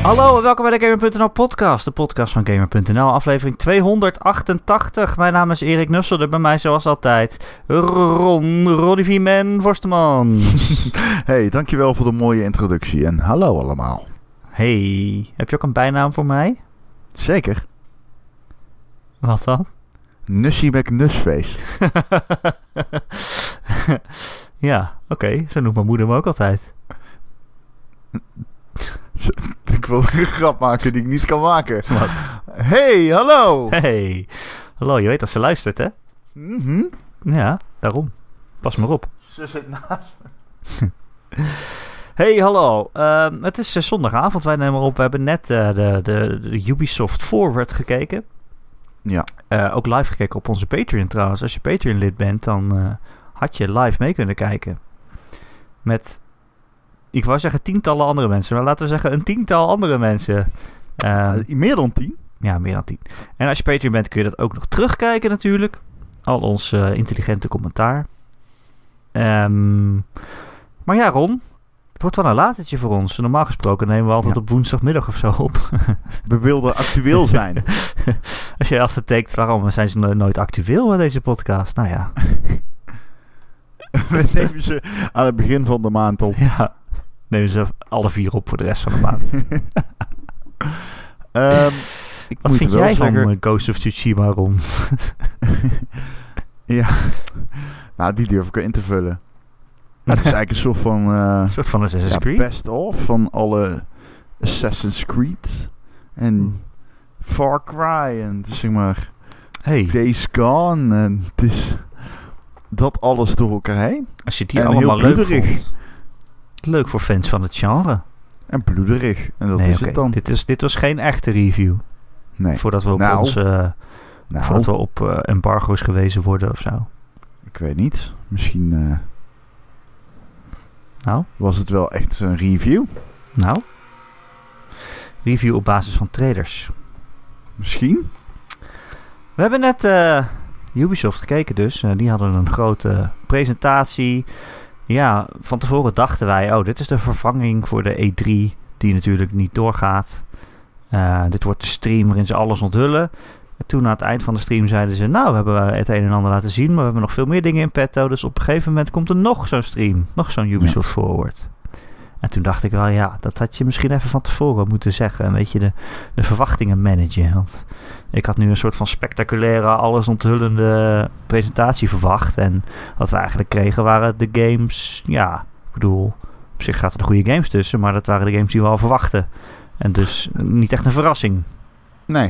Hallo en welkom bij de Gamer.nl podcast, de podcast van Gamer.nl, aflevering 288. Mijn naam is Erik Nusselder, bij mij zoals altijd Ronnie V-Man Forstemans. Hey, dankjewel voor de mooie introductie en hallo allemaal. Hey, heb je ook een bijnaam voor mij? Zeker. Wat dan? Nussie McNusface. Ja, oké, zo noemt mijn moeder me ook altijd. Ik wil een grap maken die ik niet kan maken. Wat? Hey, hallo! Hey, hallo, je weet dat ze luistert, hè? Mhm. Ja, daarom. Pas maar op. Ze zit naast me. Hey, hallo. Het is zondagavond, wij nemen op. We hebben net de Ubisoft Forward gekeken. Ja. Ook live gekeken op onze Patreon trouwens. Als je Patreon lid bent, dan had je live mee kunnen kijken. Met, ik wou zeggen tientallen andere mensen, maar laten we zeggen een tiental andere mensen. Meer dan 10? Ja, meer dan 10. En als je Patreon bent, kun je dat ook nog terugkijken natuurlijk. Al ons intelligente commentaar. Maar ja, Ron, het wordt wel een latertje voor ons. Normaal gesproken nemen we altijd op woensdagmiddag of zo op. We wilden actueel zijn. Als je altijd denkt, waarom zijn ze nooit actueel met deze podcast? Nou ja. We nemen ze aan het begin van de maand op. Ja, nemen ze alle 4 op voor de rest van de maand. Wat vind jij van Ghost of Tsushima, Ron? Ja, nou die durf ik wel in te vullen. Het is eigenlijk een soort van Assassin's Creed? Best of van alle Assassin's Creed en Far Cry en zeg maar Days Gone en het is dat alles door elkaar heen. Als je die en allemaal leuk vond. Leuk voor fans van het genre. En bloederig. En dat is het dan. Dit was geen echte review. Nee. Voordat we op embargo's gewezen worden of zo. Ik weet niet. Misschien was het wel echt een review. Nou. Review op basis van trailers. Misschien. We hebben net Ubisoft gekeken dus. Die hadden een grote presentatie. Ja, van tevoren dachten wij, dit is de vervanging voor de E3 die natuurlijk niet doorgaat. Dit wordt de stream waarin ze alles onthullen. En toen aan het eind van de stream zeiden ze, we hebben het een en ander laten zien, maar we hebben nog veel meer dingen in petto. Dus op een gegeven moment komt er nog zo'n stream, nog zo'n Ubisoft Forward. En toen dacht ik wel, dat had je misschien even van tevoren moeten zeggen. Een beetje de verwachtingen managen. Want ik had nu een soort van spectaculaire, alles onthullende presentatie verwacht. En wat we eigenlijk kregen waren de games. Ja, ik bedoel, op zich zaten er goede games tussen. Maar dat waren de games die we al verwachten. En dus niet echt een verrassing. Nee.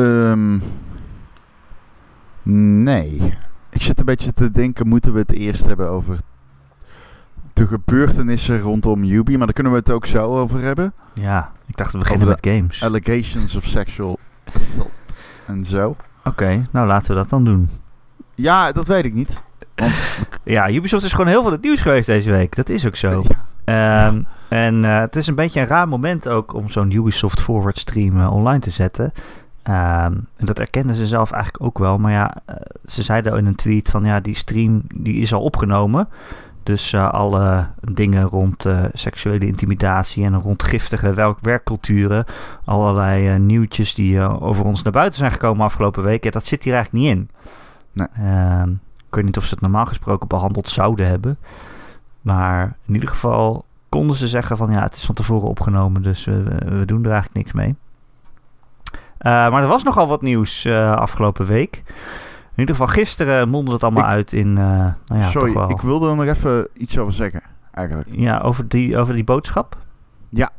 Nee. Ik zit een beetje te denken, moeten we het eerst hebben over de gebeurtenissen rondom Ubi, maar daar kunnen we het ook zo over hebben. Ja, ik dacht we beginnen met games. Allegations of sexual assault en zo. Oké, nou laten we dat dan doen. Ja, dat weet ik niet. Want ja, Ubisoft is gewoon heel veel in het nieuws geweest deze week. Dat is ook zo. En het is een beetje een raar moment ook om zo'n Ubisoft Forward stream online te zetten. En dat erkenden ze zelf eigenlijk ook wel. Maar ze zeiden in een tweet van die stream die is al opgenomen. Dus alle dingen rond seksuele intimidatie en rond giftige werkculturen. Allerlei nieuwtjes die over ons naar buiten zijn gekomen afgelopen weken. Dat zit hier eigenlijk niet in. Nee. Ik weet niet of ze het normaal gesproken behandeld zouden hebben. Maar in ieder geval konden ze zeggen van het is van tevoren opgenomen. Dus we doen er eigenlijk niks mee. Maar er was nogal wat nieuws afgelopen week. In ieder geval gisteren mondde het allemaal uit in... sorry, toch wel. Ik wilde er nog even iets over zeggen, eigenlijk. Ja, over die boodschap? Ja.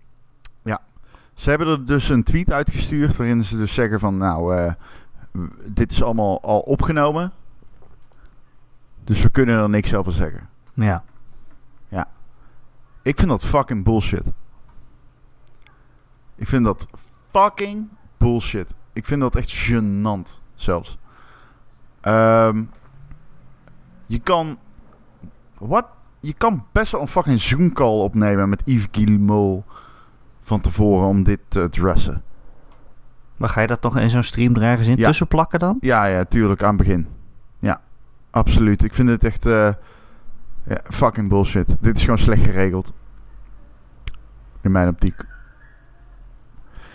Ze hebben er dus een tweet uitgestuurd waarin ze dus zeggen van... dit is allemaal al opgenomen. Dus we kunnen er niks over zeggen. Ja. Ik vind dat fucking bullshit. Ik vind dat fucking bullshit. Ik vind dat echt gênant zelfs. Je kan best wel een fucking Zoom call opnemen met Yves Guillemot van tevoren om dit te addressen. Maar ga je dat toch in zo'n stream er ergens in tussen plakken dan? Ja, tuurlijk, aan het begin. Ja, absoluut. Ik vind het echt fucking bullshit. Dit is gewoon slecht geregeld. In mijn optiek.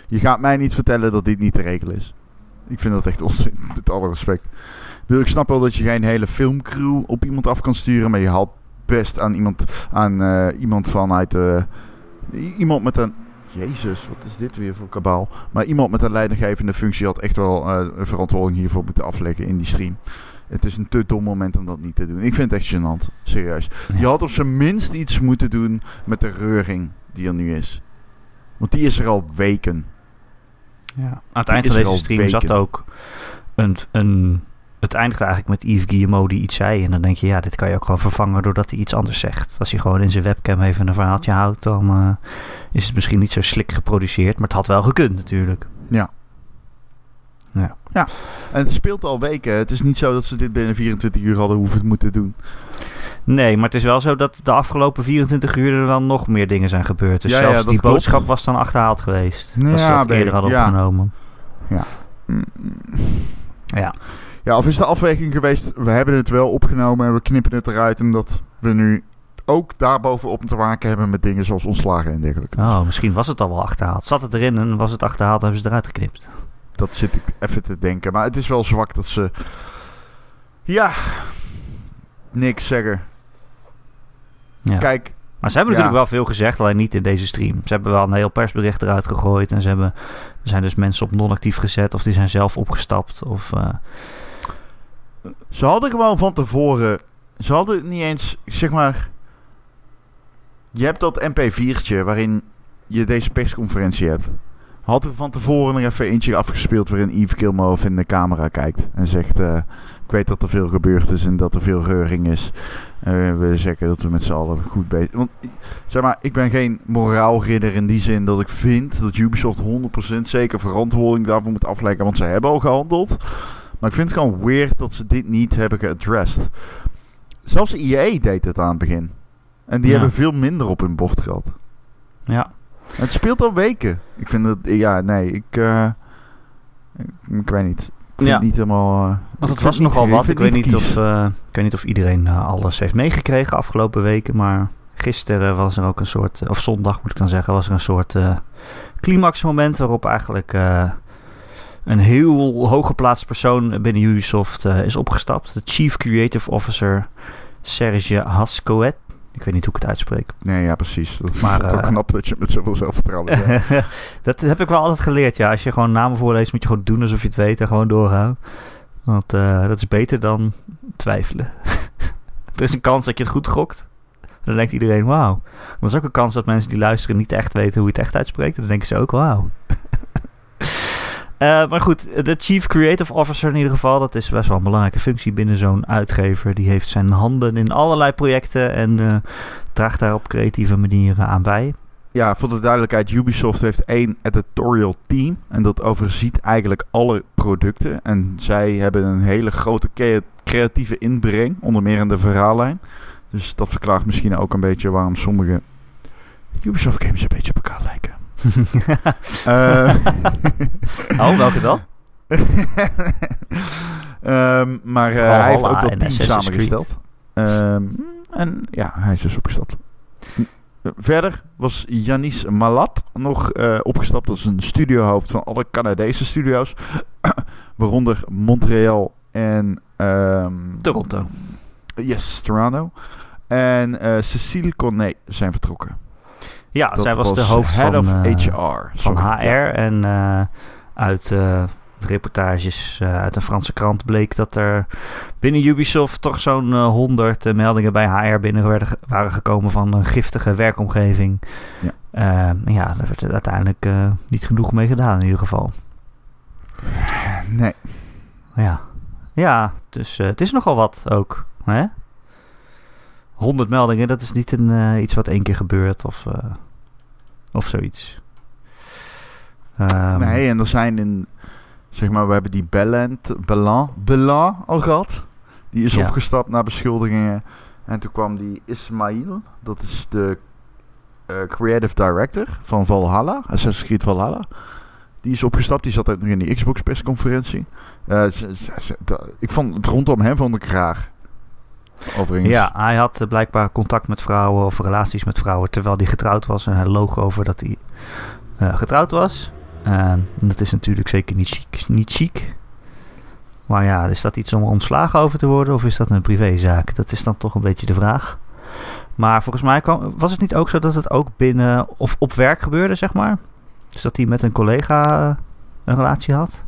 Je gaat mij niet vertellen dat dit niet te regelen is. Ik vind dat echt onzin, met alle respect. Ik snap wel dat je geen hele filmcrew op iemand af kan sturen, maar je haalt best aan iemand vanuit... iemand met een... Jezus, wat is dit weer voor kabaal? Maar iemand met een leidinggevende functie had echt wel een verantwoording hiervoor moeten afleggen in die stream. Het is een te dom moment om dat niet te doen. Ik vind het echt gênant, serieus. Ja. Je had op zijn minst iets moeten doen met de reuring die er nu is. Want die is er al weken. Ja. Aan het eind van deze stream zat ook het eindigde eigenlijk met Yves Guillemot die iets zei. En dan denk je, dit kan je ook gewoon vervangen doordat hij iets anders zegt. Als hij gewoon in zijn webcam even een verhaaltje houdt, dan is het misschien niet zo slik geproduceerd. Maar het had wel gekund natuurlijk. Ja. En het speelt al weken. Het is niet zo dat ze dit binnen 24 uur hadden hoeven moeten doen. Nee, maar het is wel zo dat de afgelopen 24 uur er wel nog meer dingen zijn gebeurd. Dus zelfs die boodschap was dan achterhaald geweest. Als ze het eerder hadden opgenomen. Ja, of is de afweging geweest, we hebben het wel opgenomen en we knippen het eruit omdat we nu ook daarbovenop te maken hebben met dingen zoals ontslagen en dergelijke. Oh, misschien was het al wel achterhaald. Zat het erin en was het achterhaald en hebben ze eruit geknipt. Dat zit ik even te denken. Maar het is wel zwak dat ze... Ja, niks zeggen. Ja. Kijk... Maar ze hebben natuurlijk wel veel gezegd, alleen niet in deze stream. Ze hebben wel een heel persbericht eruit gegooid en er zijn dus mensen op non-actief gezet of die zijn zelf opgestapt of... Ze hadden gewoon van tevoren... Ze hadden het niet eens, zeg maar... Je hebt dat MP4'tje waarin je deze persconferentie hebt. Had er van tevoren nog even eentje afgespeeld waarin Yves Guillemot in de camera kijkt. En zegt, ik weet dat er veel gebeurd is en dat er veel reuring is. We zeggen dat we met z'n allen goed bezig zijn. Want zeg maar, ik ben geen moraalridder in die zin dat ik vind dat Ubisoft 100% zeker verantwoording daarvoor moet afleggen. Want ze hebben al gehandeld. Maar ik vind het gewoon weird dat ze dit niet hebben geaddressed. Zelfs EA deed het aan het begin. En die hebben veel minder op hun bord gehad. Ja. Het speelt al weken. Ik vind het... Ja, nee. Ik weet niet. Ik vind het niet helemaal... Want het was nogal wat. Ik weet niet of iedereen alles heeft meegekregen afgelopen weken. Maar gisteren was er ook een soort... Of zondag moet ik dan zeggen. Was er een soort climaxmoment waarop eigenlijk... een heel hooggeplaatst persoon binnen Ubisoft is opgestapt. De Chief Creative Officer Serge Hascoët. Ik weet niet hoe ik het uitspreek. Nee, ja, precies. Dat is ook knap dat je met zoveel zelfvertrouwen bent. Dat heb ik wel altijd geleerd, ja. Als je gewoon namen voorleest, moet je gewoon doen alsof je het weet en gewoon doorgaan. Want dat is beter dan twijfelen. Er is een kans dat je het goed gokt. Dan denkt iedereen, wauw. Maar er is ook een kans dat mensen die luisteren niet echt weten hoe je het echt uitspreekt. En dan denken ze ook, wauw. Maar goed, de Chief Creative Officer in ieder geval, dat is best wel een belangrijke functie binnen zo'n uitgever. Die heeft zijn handen in allerlei projecten en draagt daar op creatieve manieren aan bij. Ja, voor de duidelijkheid, Ubisoft heeft 1 editorial team en dat overziet eigenlijk alle producten. En zij hebben een hele grote creatieve inbreng, onder meer in de verhaallijn. Dus dat verklaart misschien ook een beetje waarom sommige Ubisoft games een beetje op elkaar lijken. Welke dan? Maar hij heeft ook dat team samengesteld. En ja, hij is dus opgestapt. Verder was Yanis Malat nog opgestapt als een studiohoofd van alle Canadese studio's. Waaronder Montreal en... Toronto. Yes, Toronto. En Cécile Cornet zijn vertrokken. Ja, zij was de hoofd head van HR. Van HR. En uit reportages uit een Franse krant bleek dat er binnen Ubisoft toch zo'n 100 meldingen bij HR binnen waren gekomen van een giftige werkomgeving. Ja, daar werd uiteindelijk niet genoeg mee gedaan in ieder geval. Nee. Ja, dus het is nogal wat ook. Hè? 100 meldingen, dat is niet iets wat 1 keer gebeurt of zoiets. Nee, en er zijn zeg maar, we hebben die Bellan al gehad. Die is opgestapt na beschuldigingen. En toen kwam die Ismail, dat is de creative director van Valhalla, Assassin's Creed Valhalla. Die is opgestapt, die zat ook nog in die Xbox persconferentie. Ik vond het rondom hem vond ik raar. Overigens. Ja, hij had blijkbaar contact met vrouwen of relaties met vrouwen terwijl hij getrouwd was. En hij loog over dat hij getrouwd was. Dat is natuurlijk zeker niet chic. Maar ja, is dat iets om ontslagen over te worden of is dat een privézaak? Dat is dan toch een beetje de vraag. Maar volgens mij was het niet ook zo dat het ook binnen of op werk gebeurde, zeg maar? Dus dat hij met een collega een relatie had?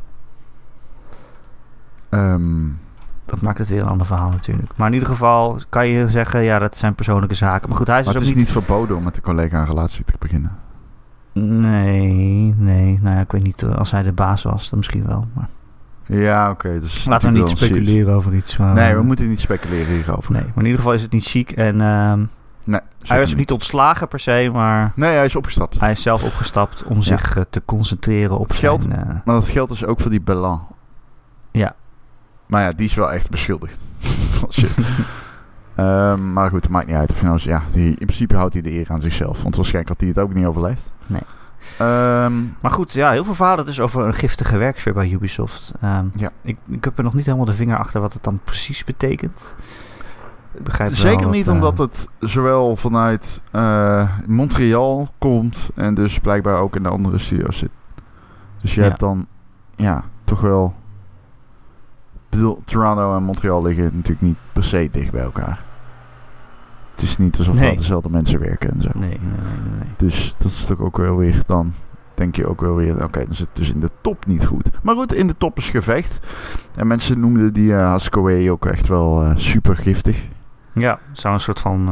Dat maakt het weer een ander verhaal natuurlijk. Maar in ieder geval kan je zeggen, ja, dat zijn persoonlijke zaken. Maar goed, hij is maar het is niet verboden om met een collega een relatie te beginnen. Nee. Nou ja, ik weet niet, als hij de baas was, dan misschien wel. Maar... Ja, oké. Dus laten we niet speculeren over iets. Maar, nee, we moeten niet speculeren hierover. Nee, maar in ieder geval is het niet chic. En nee, hij was niet ontslagen per se, maar... Nee, hij is opgestapt. Hij is zelf opgestapt om zich te concentreren op geld. Zijn, maar dat geldt dus ook voor die Bellan. Ja. Maar ja, die is wel echt beschuldigd. Shit. Maar goed, het maakt niet uit. In principe houdt hij de eer aan zichzelf. Want waarschijnlijk had hij het ook niet overleefd. Nee. Maar goed, ja, heel veel verhalen dus over een giftige werksfeer bij Ubisoft. Ik heb er nog niet helemaal de vinger achter wat het dan precies betekent. Ik begrijp zeker wel niet omdat het zowel vanuit Montreal komt en dus blijkbaar ook in de andere studio's zit. Dus je hebt dan toch wel... Ik bedoel, Toronto en Montreal liggen natuurlijk niet per se dicht bij elkaar. Het is niet alsof daar dezelfde mensen werken en zo. Nee. Dus dat is toch ook wel weer, dan denk je ook wel weer, oké, dan zit het dus in de top niet goed. Maar goed, in de top is gevecht. En mensen noemden die Haskoe ook echt wel super giftig. Ja, het zou een soort van...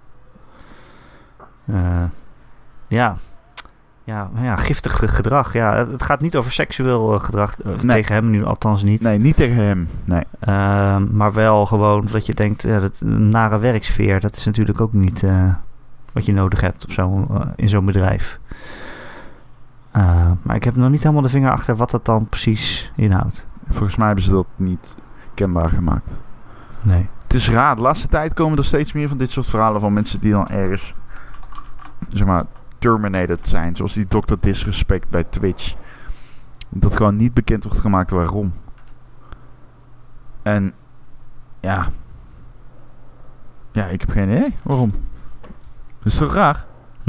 giftig gedrag. Ja, het gaat niet over seksueel gedrag tegen hem nu, althans niet. Nee, niet tegen hem. Nee. Maar wel gewoon dat je denkt, een nare werksfeer, dat is natuurlijk ook niet wat je nodig hebt in zo'n bedrijf. Maar ik heb nog niet helemaal de vinger achter wat dat dan precies inhoudt. Volgens mij hebben ze dat niet kenbaar gemaakt. Nee. Het is raar. De laatste tijd komen er steeds meer van dit soort verhalen van mensen die dan ergens, zeg maar, terminated zijn. Zoals die Dr. Disrespect bij Twitch. Dat gewoon niet bekend wordt gemaakt waarom. En ja, ik heb geen idee waarom. Dat is toch raar?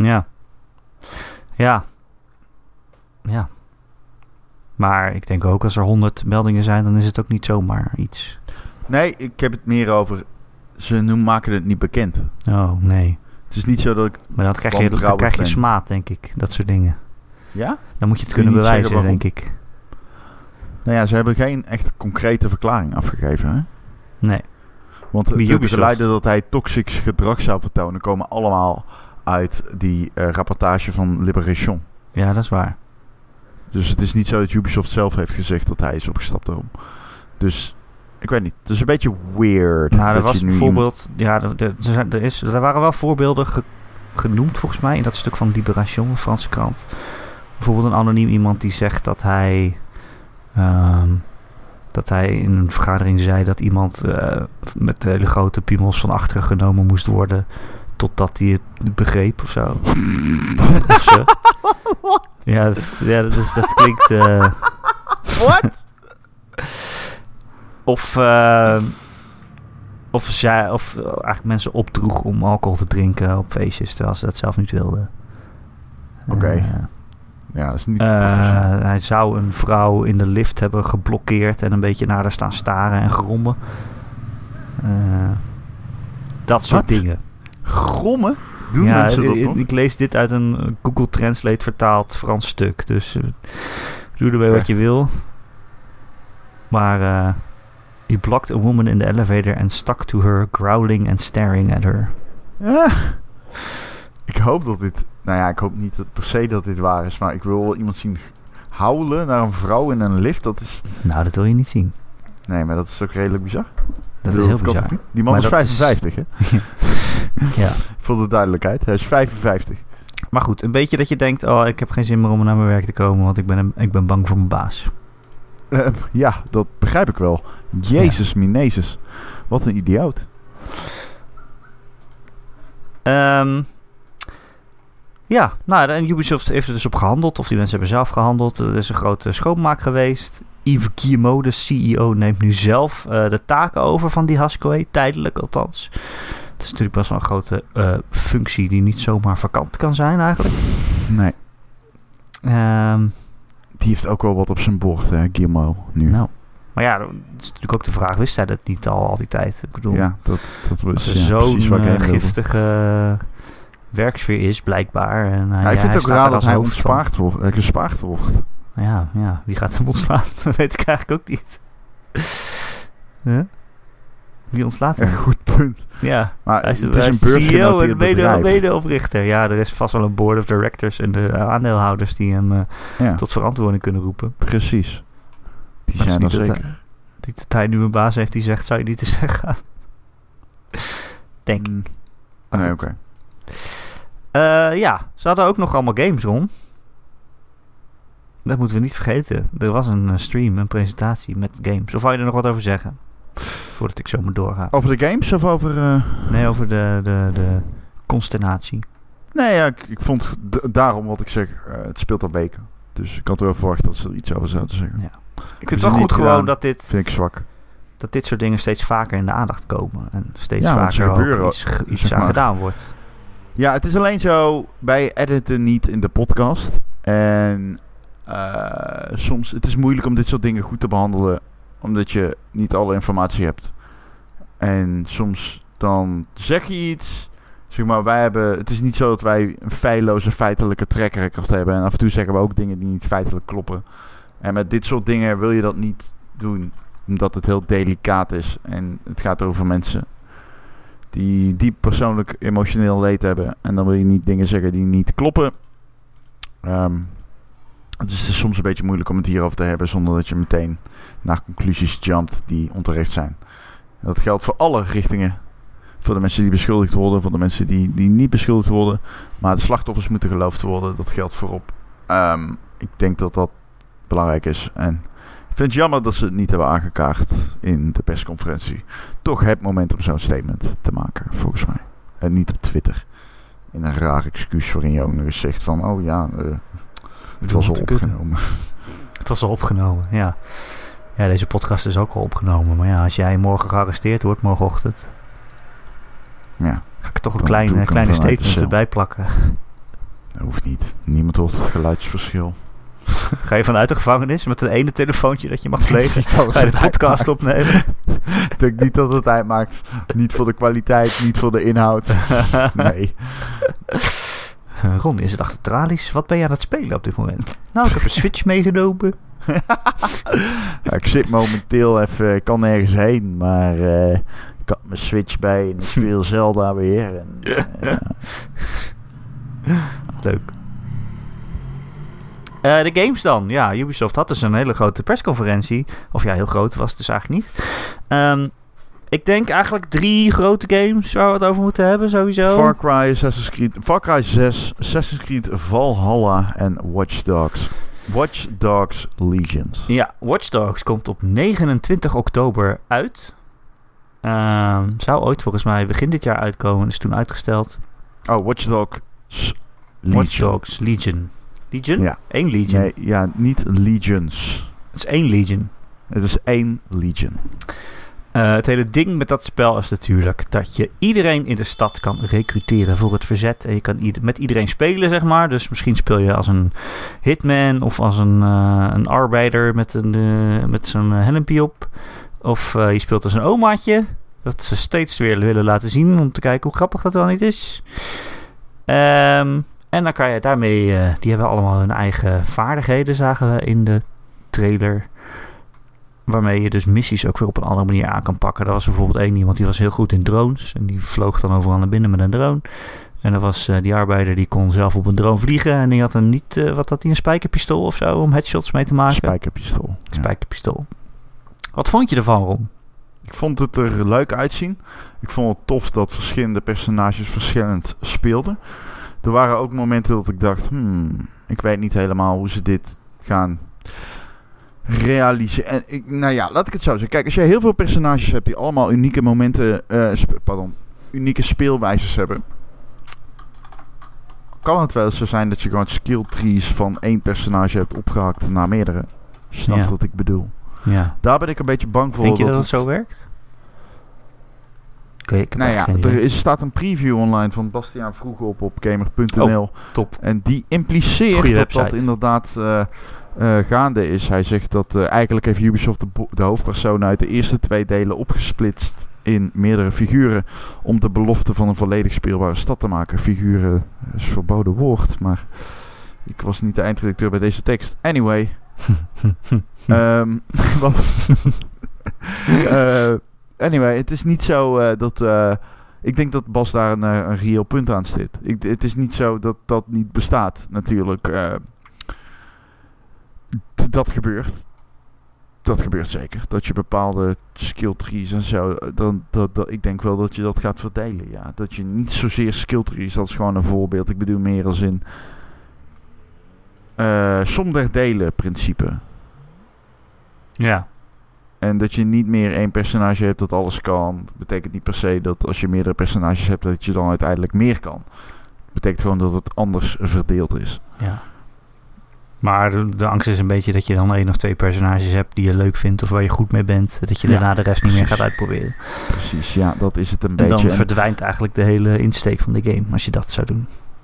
Ja. Maar ik denk ook als er 100 meldingen zijn, dan is het ook niet zomaar iets. Nee, ik heb het meer over, ze maken het niet bekend. Oh, nee. Het is niet zo dat ik... Maar dan krijg je smaad, denk ik. Dat soort dingen. Ja? Dan moet je het kunnen bewijzen, denk ik. Nou ja, ze hebben geen echt concrete verklaring afgegeven, hè? Nee. Want de geluiden dat hij toxisch gedrag zou vertonen komen allemaal uit die rapportage van Libération. Ja, dat is waar. Dus het is niet zo dat Ubisoft zelf heeft gezegd dat hij is opgestapt daarom. Dus... Ik weet niet. Het is een beetje weird. Nou, er was bijvoorbeeld... Ja, er waren wel voorbeelden genoemd, volgens mij, in dat stuk van Libération, een Franse krant. Bijvoorbeeld een anoniem iemand die zegt dat hij in een vergadering zei dat iemand met hele grote piemels van achteren genomen moest worden, totdat hij het begreep of zo. Dat klinkt... What? Of eigenlijk mensen opdroeg om alcohol te drinken op feestjes, terwijl ze dat zelf niet wilden. Oké. Ja, dat is niet hij zou een vrouw in de lift hebben geblokkeerd en een beetje naar haar staan staren en grommen. Dat soort dingen. Grommen? Doen mensen dat nog? Ik lees dit uit een Google Translate vertaald Frans stuk. Dus doe ermee wat je wil. Maar he blocked a woman in the elevator and stuck to her, growling and staring at her. Ja. Ik hoop dat dit... Nou ja, ik hoop niet per se dat dit waar is, maar ik wil wel iemand zien howlen naar een vrouw in een lift. Dat is... Nou, dat wil je niet zien. Nee, maar dat is ook redelijk bizar. Dat is heel bizar. Die man is 55, hè? Ja. Voor de duidelijkheid, hij is 55. Maar goed, een beetje dat je denkt, oh, ik heb geen zin meer om naar mijn werk te komen, want ik ben bang voor mijn baas. Ja, dat begrijp ik wel. Jezus, Minezus. Wat een idioot. Ja, nou, en Ubisoft heeft er dus op gehandeld. Of die mensen hebben zelf gehandeld. Er is een grote schoonmaak geweest. Yves Guillemot, de CEO, neemt nu zelf de taken over van die Haskoe. Tijdelijk althans. Het is natuurlijk best wel een grote functie die niet zomaar vakant kan zijn eigenlijk. Nee. Die heeft ook wel wat op zijn bord, hè, Guillermo, nu. Nou. Maar ja, dat is natuurlijk ook de vraag. Wist hij dat niet al die tijd? Ik bedoel, ja, dat was zo'n giftige werksfeer is, blijkbaar. En hij vindt ook raar dat hij gespaard wordt. Ja, wie gaat hem ontslaan? Dat weet ik eigenlijk ook niet. Huh? Wie ontslaat hem? Goed punt. Ja, maar hij is een beursgenoteerd bedrijf. En medeoprichter. Ja, er is vast wel een board of directors en de aandeelhouders die hem tot verantwoording kunnen roepen. Precies. Die zijn er zeker. Dat hij nu een baas heeft die zegt, zou je niet eens weggaan? Denk ik. Nee, oké. Ja, ze hadden ook nog allemaal games, Ron. Dat moeten we niet vergeten. Er was een stream, een presentatie met games. Of wou je er nog wat over zeggen? Voordat ik zo moet doorgaan. Over de games of over... Nee, over de consternatie. Nee, ja, ik vond daarom wat ik zeg, het speelt al weken. Dus ik had wel verwacht dat ze er iets over zouden zeggen. Ja. Ik vind het wel goed gewoon dat dit... Vind ik zwak. Dat dit soort dingen steeds vaker in de aandacht komen. En steeds vaker ook iets aan gedaan wordt. Ja, het is alleen zo, wij editen niet in de podcast. En soms, het is moeilijk om dit soort dingen goed te behandelen. Omdat je niet alle informatie hebt. En soms dan zeg je iets. Zeg maar, het is niet zo dat wij een feilloze feitelijke track record hebben. En af en toe zeggen we ook dingen die niet feitelijk kloppen. En met dit soort dingen wil je dat niet doen. Omdat het heel delicaat is. En het gaat over mensen die diep persoonlijk emotioneel leed hebben. En dan wil je niet dingen zeggen die niet kloppen. Dus het is soms een beetje moeilijk om het hierover te hebben zonder dat je meteen naar conclusies jumpt die onterecht zijn. En dat geldt voor alle richtingen. Voor de mensen die beschuldigd worden, voor de mensen die niet beschuldigd worden. Maar de slachtoffers moeten geloofd worden. Dat geldt voorop. Ik denk dat dat belangrijk is. En ik vind het jammer dat ze het niet hebben aangekaart in de persconferentie. Toch het moment om zo'n statement te maken, volgens mij. En niet op Twitter. In een raar excuus waarin je ook nog eens zegt van... Oh ja, het was al opgenomen. Het was al opgenomen, ja. Ja, deze podcast is ook al opgenomen. Maar ja, als jij morgen gearresteerd wordt, morgenochtend... Ja. Ga ik toch een kleine statement erbij plakken. Dat hoeft niet. Niemand hoort het geluidsverschil. Ga je vanuit de gevangenis met een ene telefoontje dat je mag plegen? Ga je de podcast opnemen? Ik denk niet dat het uitmaakt. Niet voor de kwaliteit, niet voor de inhoud. Nee. Ron, is het achter tralies? Wat ben je aan het spelen op dit moment? Nou, ik heb een Switch meegenomen. Ja, ik zit momenteel even... Ik kan nergens heen, maar... ik had mijn Switch bij en ik speel Zelda weer. En, Leuk. De games dan. Ja, Ubisoft had dus een hele grote persconferentie. Of ja, heel groot was het dus eigenlijk niet. Ik denk eigenlijk 3 grote games waar we het over moeten hebben, sowieso. Far Cry 6, Assassin's Creed Valhalla en Watch Dogs. Watch Dogs Legions. Ja, Watch Dogs komt op 29 oktober uit. Zou ooit volgens mij begin dit jaar uitkomen. Is toen uitgesteld. Oh, Watch Dogs Legion. Watch Dogs Legion. Legion? Ja. 1 Legion? Nee, ja, niet Legions. Het is 1 Legion. Het is 1 Legion. Het hele ding met dat spel is natuurlijk dat je iedereen in de stad kan recruteren voor het verzet. En je kan met iedereen spelen, zeg maar. Dus misschien speel je als een hitman of als een arbeider met zo'n helmpje op. Of je speelt als een omaatje. Dat ze steeds weer willen laten zien om te kijken hoe grappig dat wel niet is. En dan kan je daarmee... die hebben allemaal hun eigen vaardigheden, zagen we in de trailer. Waarmee je dus missies ook weer op een andere manier aan kan pakken. Er was bijvoorbeeld één iemand die was heel goed in drones. En die vloog dan overal naar binnen met een drone. En er was die arbeider die kon zelf op een drone vliegen. En die had een een spijkerpistool of zo om headshots mee te maken. Spijkerpistool. Ja. Spijkerpistool. Wat vond je ervan, Ron? Ik vond het er leuk uitzien. Ik vond het tof dat verschillende personages verschillend speelden. Er waren ook momenten dat ik dacht... ik weet niet helemaal hoe ze dit gaan realiseren. Nou ja, laat ik het zo zeggen. Kijk, als je heel veel personages hebt die allemaal unieke momenten... unieke speelwijzes hebben... kan het wel eens zo zijn dat je gewoon skill trees van 1 personage hebt opgehakt naar meerdere. Snap je wat ik bedoel? Ja. Daar ben ik een beetje bang voor. Denk je dat het zo werkt? Er staat een preview online van Bastiaan Vroege op gamer.nl. Oh, top. En die impliceert dat inderdaad gaande is. Hij zegt dat eigenlijk heeft Ubisoft de hoofdpersoon uit de eerste 2 delen opgesplitst in meerdere figuren om de belofte van een volledig speelbare stad te maken. Figuren is een verboden woord, maar ik was niet de eindredacteur bij deze tekst. Anyway. Anyway, het is niet zo dat... ik denk dat Bas daar een reëel punt aan zit. Het is niet zo dat dat niet bestaat, natuurlijk. Dat gebeurt. Dat gebeurt zeker. Dat je bepaalde skill trees en zo... ik denk wel dat je dat gaat verdelen, ja. Dat je niet zozeer skill trees, dat is gewoon een voorbeeld. Ik bedoel meer als in... som der delen principe. Ja. En dat je niet meer 1 personage hebt dat alles kan. Dat betekent niet per se dat als je meerdere personages hebt, dat je dan uiteindelijk meer kan. Dat betekent gewoon dat het anders verdeeld is. Ja. Maar de angst is een beetje dat je dan 1 of 2 personages hebt die je leuk vindt of waar je goed mee bent. Dat je daarna de rest niet meer gaat uitproberen. Precies, ja, dat is het een beetje. En dan verdwijnt eigenlijk de hele insteek van de game als je dat zou doen.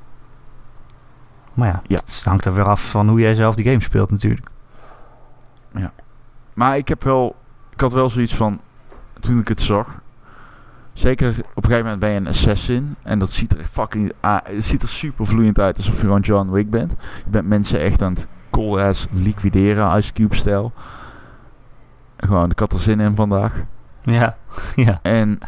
Maar ja, het hangt er weer af van hoe jij zelf die game speelt natuurlijk. Ja. Maar ik had wel zoiets van, toen ik het zag, zeker op een gegeven moment ben je een assassin en dat ziet er super vloeiend uit alsof je gewoon John Wick bent. Je bent mensen echt aan het cool ass liquideren, Ice Cube stijl. Gewoon, ik had er zin in vandaag. Ja, ja. En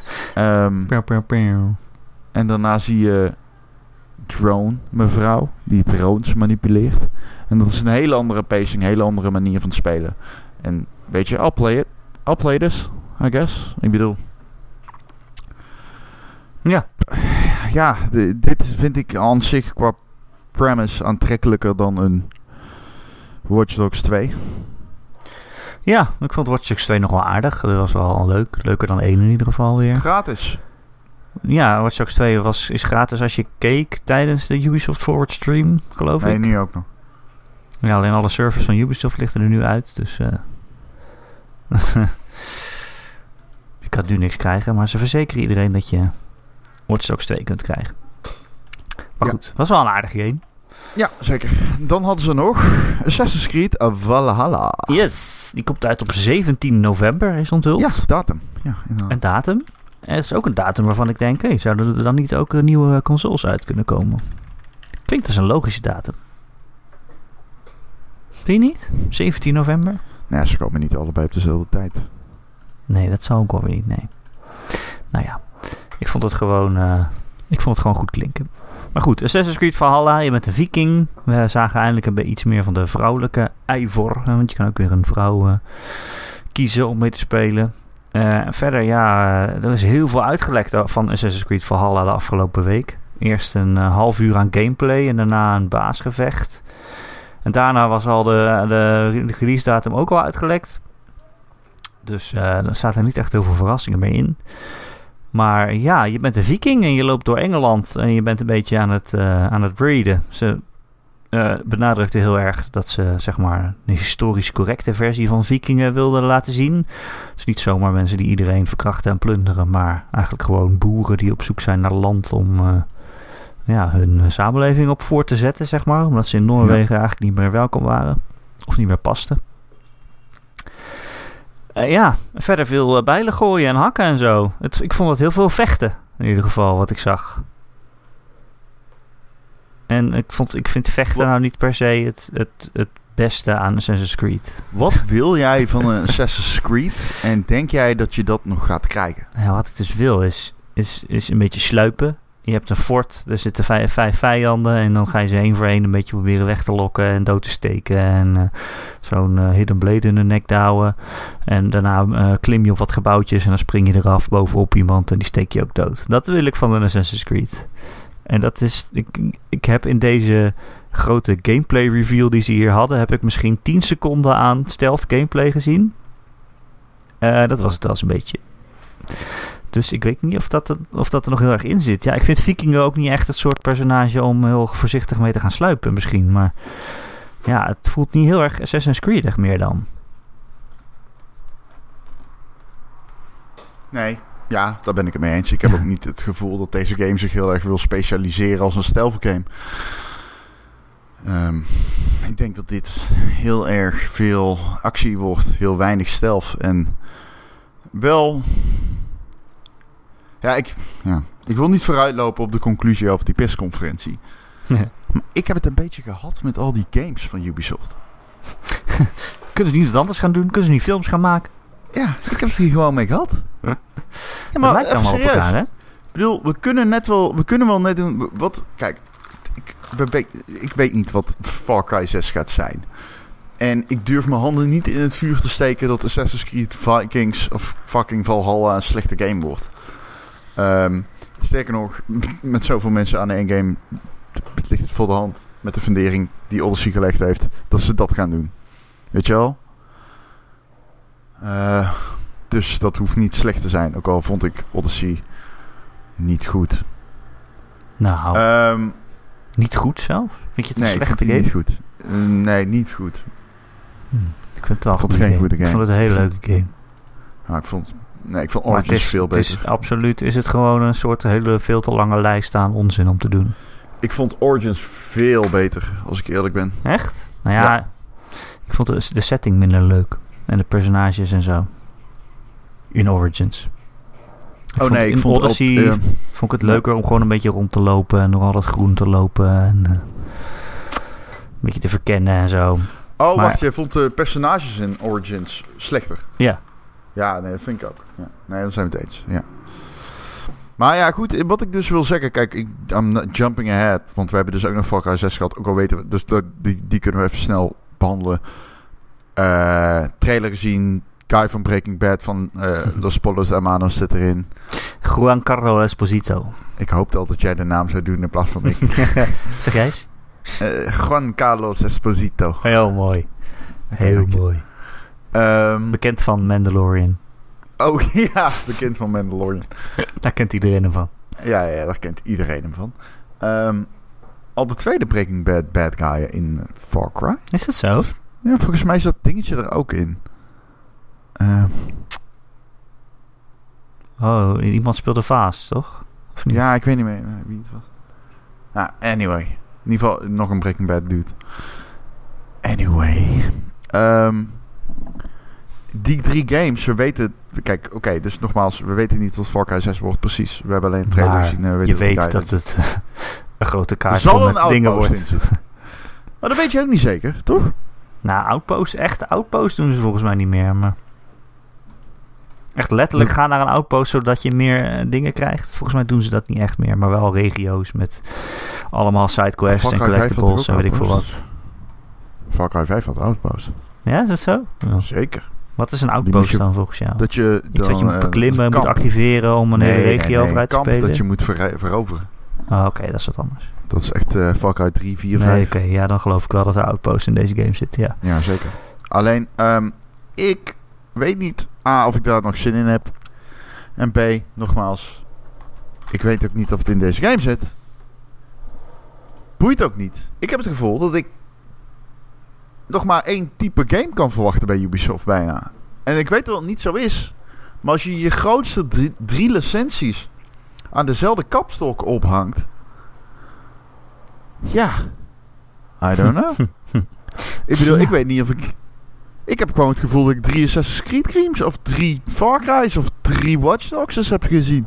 en daarna zie je Drone, mevrouw, die drones manipuleert. En dat is een hele andere pacing, een hele andere manier van spelen. En weet je, I'll play this, I guess. Ik bedoel... Ja, dit vind ik aan zich qua premise aantrekkelijker dan een Watch Dogs 2. Ja, ik vond Watch Dogs 2 nog wel aardig. Dat was wel leuk. Leuker dan 1 in ieder geval weer. Gratis. Ja, Watch Dogs 2 is gratis als je keek tijdens de Ubisoft Forward stream, geloof ik. Nee, nu ook nog. Ja, alleen alle servers van Ubisoft lichten er nu uit, dus... ik kan nu niks krijgen, maar ze verzekeren iedereen dat je Watch Dogs 2 kunt krijgen. Maar goed, was wel een aardige game. Ja, zeker. Dan hadden ze nog Assassin's Creed Valhalla. Yes, die komt uit op 17 november, is onthuld. Ja, datum. Ja, een datum. Het is ook een datum waarvan ik denk, zouden er dan niet ook nieuwe consoles uit kunnen komen? Klinkt als een logische datum. Vind je niet? 17 november? Nee, ze komen niet allebei op dezelfde tijd. Nee, dat zou ook alweer niet, nee. Nou ja, ik vond het gewoon goed klinken. Maar goed, Assassin's Creed Valhalla, je bent een viking. We zagen eindelijk iets meer van de vrouwelijke Eivor. Want je kan ook weer een vrouw kiezen om mee te spelen. Verder, er is heel veel uitgelekt van Assassin's Creed Valhalla de afgelopen week. Eerst een half uur aan gameplay en daarna een baasgevecht. En daarna was al de release datum ook al uitgelekt. Dus daar zaten niet echt heel veel verrassingen meer in. Maar ja, je bent een viking en je loopt door Engeland en je bent een beetje aan het breeden. Ze benadrukte heel erg dat ze zeg maar een historisch correcte versie van vikingen wilden laten zien. Het is niet zomaar mensen die iedereen verkrachten en plunderen, maar eigenlijk gewoon boeren die op zoek zijn naar land om hun samenleving op voor te zetten, zeg maar. Omdat ze in Noorwegen eigenlijk niet meer welkom waren of niet meer pasten. Verder veel bijlen gooien en hakken en zo. Ik vond het heel veel vechten, in ieder geval, wat ik zag. En ik vind vechten nou niet per se het beste aan Assassin's Creed. Wat wil jij van een Assassin's Creed en denk jij dat je dat nog gaat krijgen? Ja, wat ik dus wil is een beetje sluipen. Je hebt een fort, er zitten 5 vijanden en dan ga je ze één voor één een beetje proberen weg te lokken en dood te steken en zo'n hidden blade in de nek douwen. En daarna klim je op wat gebouwtjes en dan spring je eraf bovenop iemand en die steek je ook dood. Dat wil ik van een Assassin's Creed. En dat is, ik heb in deze grote gameplay reveal die ze hier hadden, heb ik misschien 10 seconden aan stealth gameplay gezien. Dat was het wel eens een beetje. Dus ik weet niet of dat er nog heel erg in zit. Ja, ik vind vikingen ook niet echt het soort personage om heel voorzichtig mee te gaan sluipen misschien. Maar ja, het voelt niet heel erg Assassin's Creed meer dan. Nee, ja, daar ben ik het mee eens. Ik heb ook niet het gevoel dat deze game zich heel erg wil specialiseren als een stealth game. Ik denk dat dit heel erg veel actie wordt. Heel weinig stealth. En wel... Ik wil niet vooruitlopen op de conclusie over die persconferentie. Ja. Maar ik heb het een beetje gehad met al die games van Ubisoft. Kunnen ze niet wat anders gaan doen? Kunnen ze niet films gaan maken? Ja, ik heb het hier gewoon mee gehad. Ja, maar het lijkt allemaal op elkaar, hè? Ik bedoel, we kunnen wel net doen... Kijk, ik weet niet wat Far Cry 6 gaat zijn. En ik durf mijn handen niet in het vuur te steken dat Assassin's Creed Vikings of fucking Valhalla een slechte game wordt. Sterker nog, met zoveel mensen aan één game ligt het voor de hand met de fundering die Odyssey gelegd heeft, dat ze dat gaan doen. Weet je wel? Dus dat hoeft niet slecht te zijn. Ook al vond ik Odyssey niet goed. Nou, niet goed zelf? Vind je het een slechte game? Niet goed. Nee, niet goed. Ik vind het wel geen goede game. Ik vond het een hele leuke game. Nou, ik vond Origins veel beter. Absoluut is het gewoon een soort hele veel te lange lijst aan onzin om te doen. Ik vond Origins veel beter, als ik eerlijk ben. Echt? Nou ja. Ik vond de setting minder leuk. En de personages en zo. In Origins. Ik vond Odyssey vond ik het leuker om gewoon een beetje rond te lopen. En door al dat groen te lopen. En een beetje te verkennen en zo. Oh, wacht. Jij vond de personages in Origins slechter? Ja. Ja, nee, dat vind ik ook. Ja. Nee, dan zijn we het eens. Ja. Maar ja, goed. Wat ik dus wil zeggen. Kijk, I'm jumping ahead. Want we hebben dus ook nog Far Cry 6 gehad. Ook al weten we. Dus die kunnen we even snel behandelen. Trailer gezien. Guy van Breaking Bad van Los Pollos Hermanos zit erin. Giancarlo Esposito. Ik hoopte al dat jij de naam zou doen in plaats van ik. Zeg jij eens? Juan Carlos Esposito. Heel mooi. Heel mooi. Bekend van Mandalorian. Oh ja, bekend van Mandalorian. Daar kent iedereen hem van. Ja, daar kent iedereen hem van. Al de tweede Breaking Bad bad guy in Far Cry. Is dat zo? Ja, volgens mij is dat dingetje er ook in. Iemand speelde Vaas, toch? Of niet? Ja, ik weet niet meer wie het was. Nou, anyway. In ieder geval nog een Breaking Bad dude. Anyway. Die 3 games, we weten... Kijk, oké, dus nogmaals, we weten niet wat Far Cry 6 wordt precies. We hebben alleen een trailer gezien. Je weet dat het een grote kaart vol met dingen wordt. Maar dat weet je ook niet zeker, toch? Nou, echte outpost doen ze volgens mij niet meer. Maar echt letterlijk gaan naar een outpost zodat je meer dingen krijgt. Volgens mij doen ze dat niet echt meer. Maar wel regio's met allemaal sidequests en collectibles en weet ik veel wat. Far Cry 5 had outpost. Ja, is dat zo? Ja. Zeker. Wat is een outpost dan volgens jou? Dat je iets wat je moet beklimmen, moet activeren om een hele regio vooruit te spelen? Dat je moet veroveren. Oh, oké, dat is wat anders. Dat is echt Far Cry 3, 4, 5. Oké, ja, dan geloof ik wel dat er outposts in deze game zitten, ja. Ja, zeker. Alleen, ik weet niet A, of ik daar nog zin in heb. En B, nogmaals, ik weet ook niet of het in deze game zit. Boeit ook niet. Ik heb het gevoel dat ik nog maar 1 type game kan verwachten bij Ubisoft bijna. En ik weet dat het niet zo is. Maar als je je grootste 3 licenties aan dezelfde kapstok ophangt. Ja. I don't know. Ik bedoel, ik weet niet of ik... Ik heb gewoon het gevoel dat ik 3 Assassin's Creed games of 3 Far Cry's of 3 Watch Dogs heb gezien.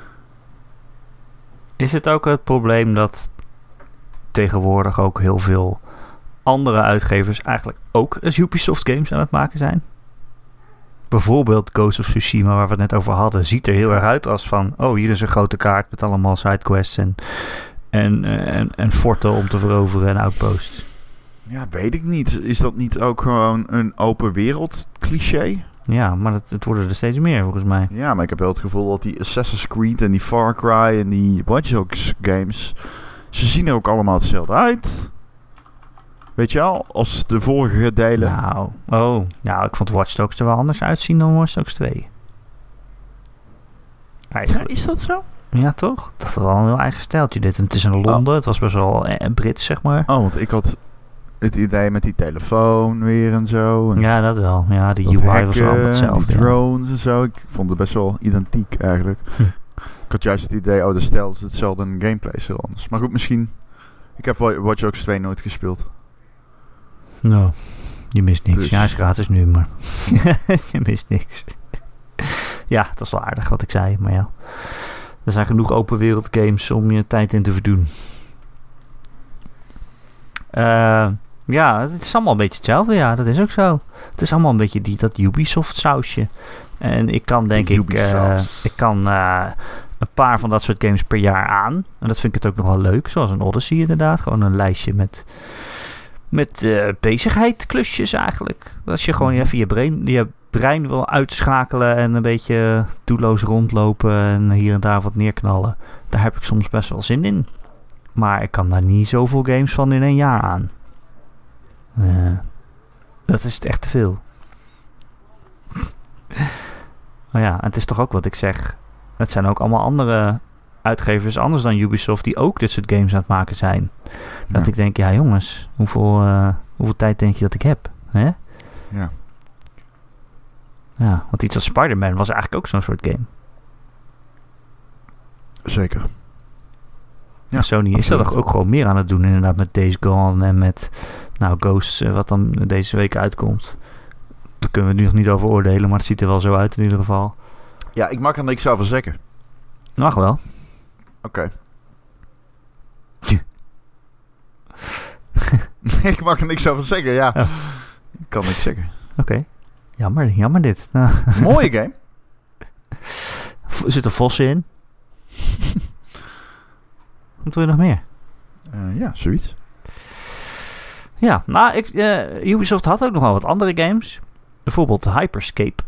Is het ook het probleem dat tegenwoordig ook heel veel andere uitgevers eigenlijk ook als Ubisoft games aan het maken zijn? Bijvoorbeeld Ghost of Tsushima, waar we het net over hadden, ziet er heel erg uit als van, oh, hier is een grote kaart met allemaal sidequests en forten om te veroveren en outposts. Ja, weet ik niet. Is dat niet ook gewoon een open wereld cliché? Ja, maar het worden er steeds meer volgens mij. Ja, maar ik heb wel het gevoel dat die Assassin's Creed en die Far Cry en die Watch Dogs games, ze zien er ook allemaal hetzelfde uit. Weet je al, als de vorige delen. Nou, ik vond Watch Dogs er wel anders uitzien dan Watch Dogs 2. Eigenlijk. Ja, is dat zo? Ja, toch? Dat had wel een heel eigen stijltje dit. En het is in Londen, het was best wel Brits, zeg maar. Oh, want ik had het idee met die telefoon weer en zo. En ja, dat wel. Ja, de UI hacken, was wel hetzelfde. Die drones en zo. Ik vond het best wel identiek eigenlijk. Ik had juist het idee, de stijl is hetzelfde en gameplay is heel anders. Maar goed, misschien Ik heb Watch Dogs 2 nooit gespeeld. Nou, je mist niks. Dus. Ja, hij is gratis nu, maar je mist niks. Ja, dat is wel aardig wat ik zei, maar ja. Er zijn genoeg open wereld games om je tijd in te verdoen. Ja, het is allemaal een beetje hetzelfde. Ja, dat is ook zo. Het is allemaal een beetje dat Ubisoft sausje. En ik kan denk ik kan een paar van dat soort games per jaar aan. En dat vind ik het ook nog wel leuk. Zoals een Odyssey inderdaad. Gewoon een lijstje met bezigheid, klusjes eigenlijk. Als je gewoon even je brein wil uitschakelen en een beetje doelloos rondlopen en hier en daar wat neerknallen. Daar heb ik soms best wel zin in. Maar ik kan daar niet zoveel games van in 1 jaar aan. Dat is echt te veel. Maar ja, het is toch ook wat ik zeg. Het zijn ook allemaal andere uitgevers anders dan Ubisoft die ook dit soort games aan het maken zijn. Dat ik denk, ja jongens, hoeveel tijd denk je dat ik heb? Hè? Ja. Ja, want iets als Spider-Man was eigenlijk ook zo'n soort game. Zeker. Ja, Sony is er toch ook gewoon meer aan het doen inderdaad met Days Gone en met Ghosts, wat dan deze week uitkomt. Daar kunnen we nu nog niet over oordelen, maar het ziet er wel zo uit in ieder geval. Ja, ik mag er niks over zeggen. Mag wel. Oké. Ik mag er niks over zeggen, ja. Oh. Ik kan niks zeggen. Oké. Jammer dit. Mooie game. Er zitten vossen in. Wat wil je nog meer? Ja, zoiets. Ja, nou, Ubisoft had ook nog wel wat andere games. Bijvoorbeeld Hyperscape.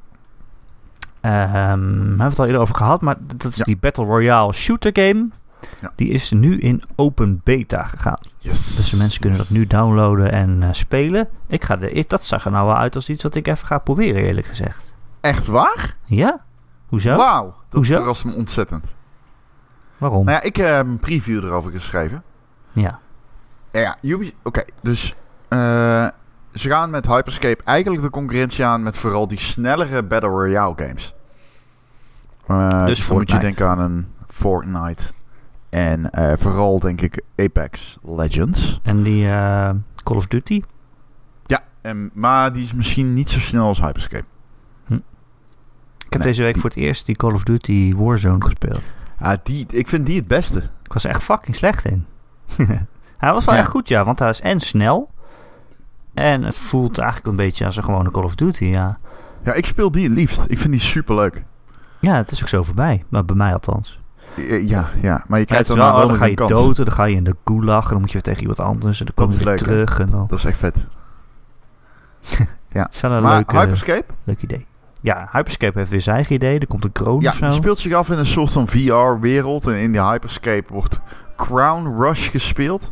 Hebben we het al eerder over gehad, maar dat is die Battle Royale shooter game. Ja. Die is nu in open beta gegaan. Yes. Dus de mensen kunnen dat nu downloaden en spelen. Dat zag er nou wel uit als iets wat ik even ga proberen, eerlijk gezegd. Echt waar? Ja. Hoezo? Wauw, dat verrast me ontzettend. Waarom? Nou ja, ik heb een preview erover geschreven. Ja. Ja, Oké, dus ze gaan met Hyperscape eigenlijk de concurrentie aan met vooral die snellere Battle Royale games. Dus dan moet je denken aan een Fortnite. En vooral denk ik Apex Legends. En die Call of Duty? Ja, maar die is misschien niet zo snel als Hyperscape. Ik heb deze week voor het eerst die Call of Duty Warzone gespeeld. Ik vind die het beste. Ik was er echt fucking slecht in. Hij was wel echt goed, ja. Want hij is en snel. En het voelt eigenlijk een beetje als een gewone Call of Duty, ja. Ja, ik speel die het liefst. Ik vind die superleuk. Ja, het is ook zo voorbij. Maar bij mij althans. Ja. Maar je krijgt dan ga je dood en dan ga je in de gulag. En dan moet je weer tegen iemand anders. En dan kom je weer terug. En dan... Dat is echt vet. Ja. Het is wel een Hyperscape? Leuk idee. Ja, Hyperscape heeft weer zijn eigen idee. Er komt een kroon of zo. Ja, die speelt zich af in een soort van VR-wereld. En in die Hyperscape wordt Crown Rush gespeeld.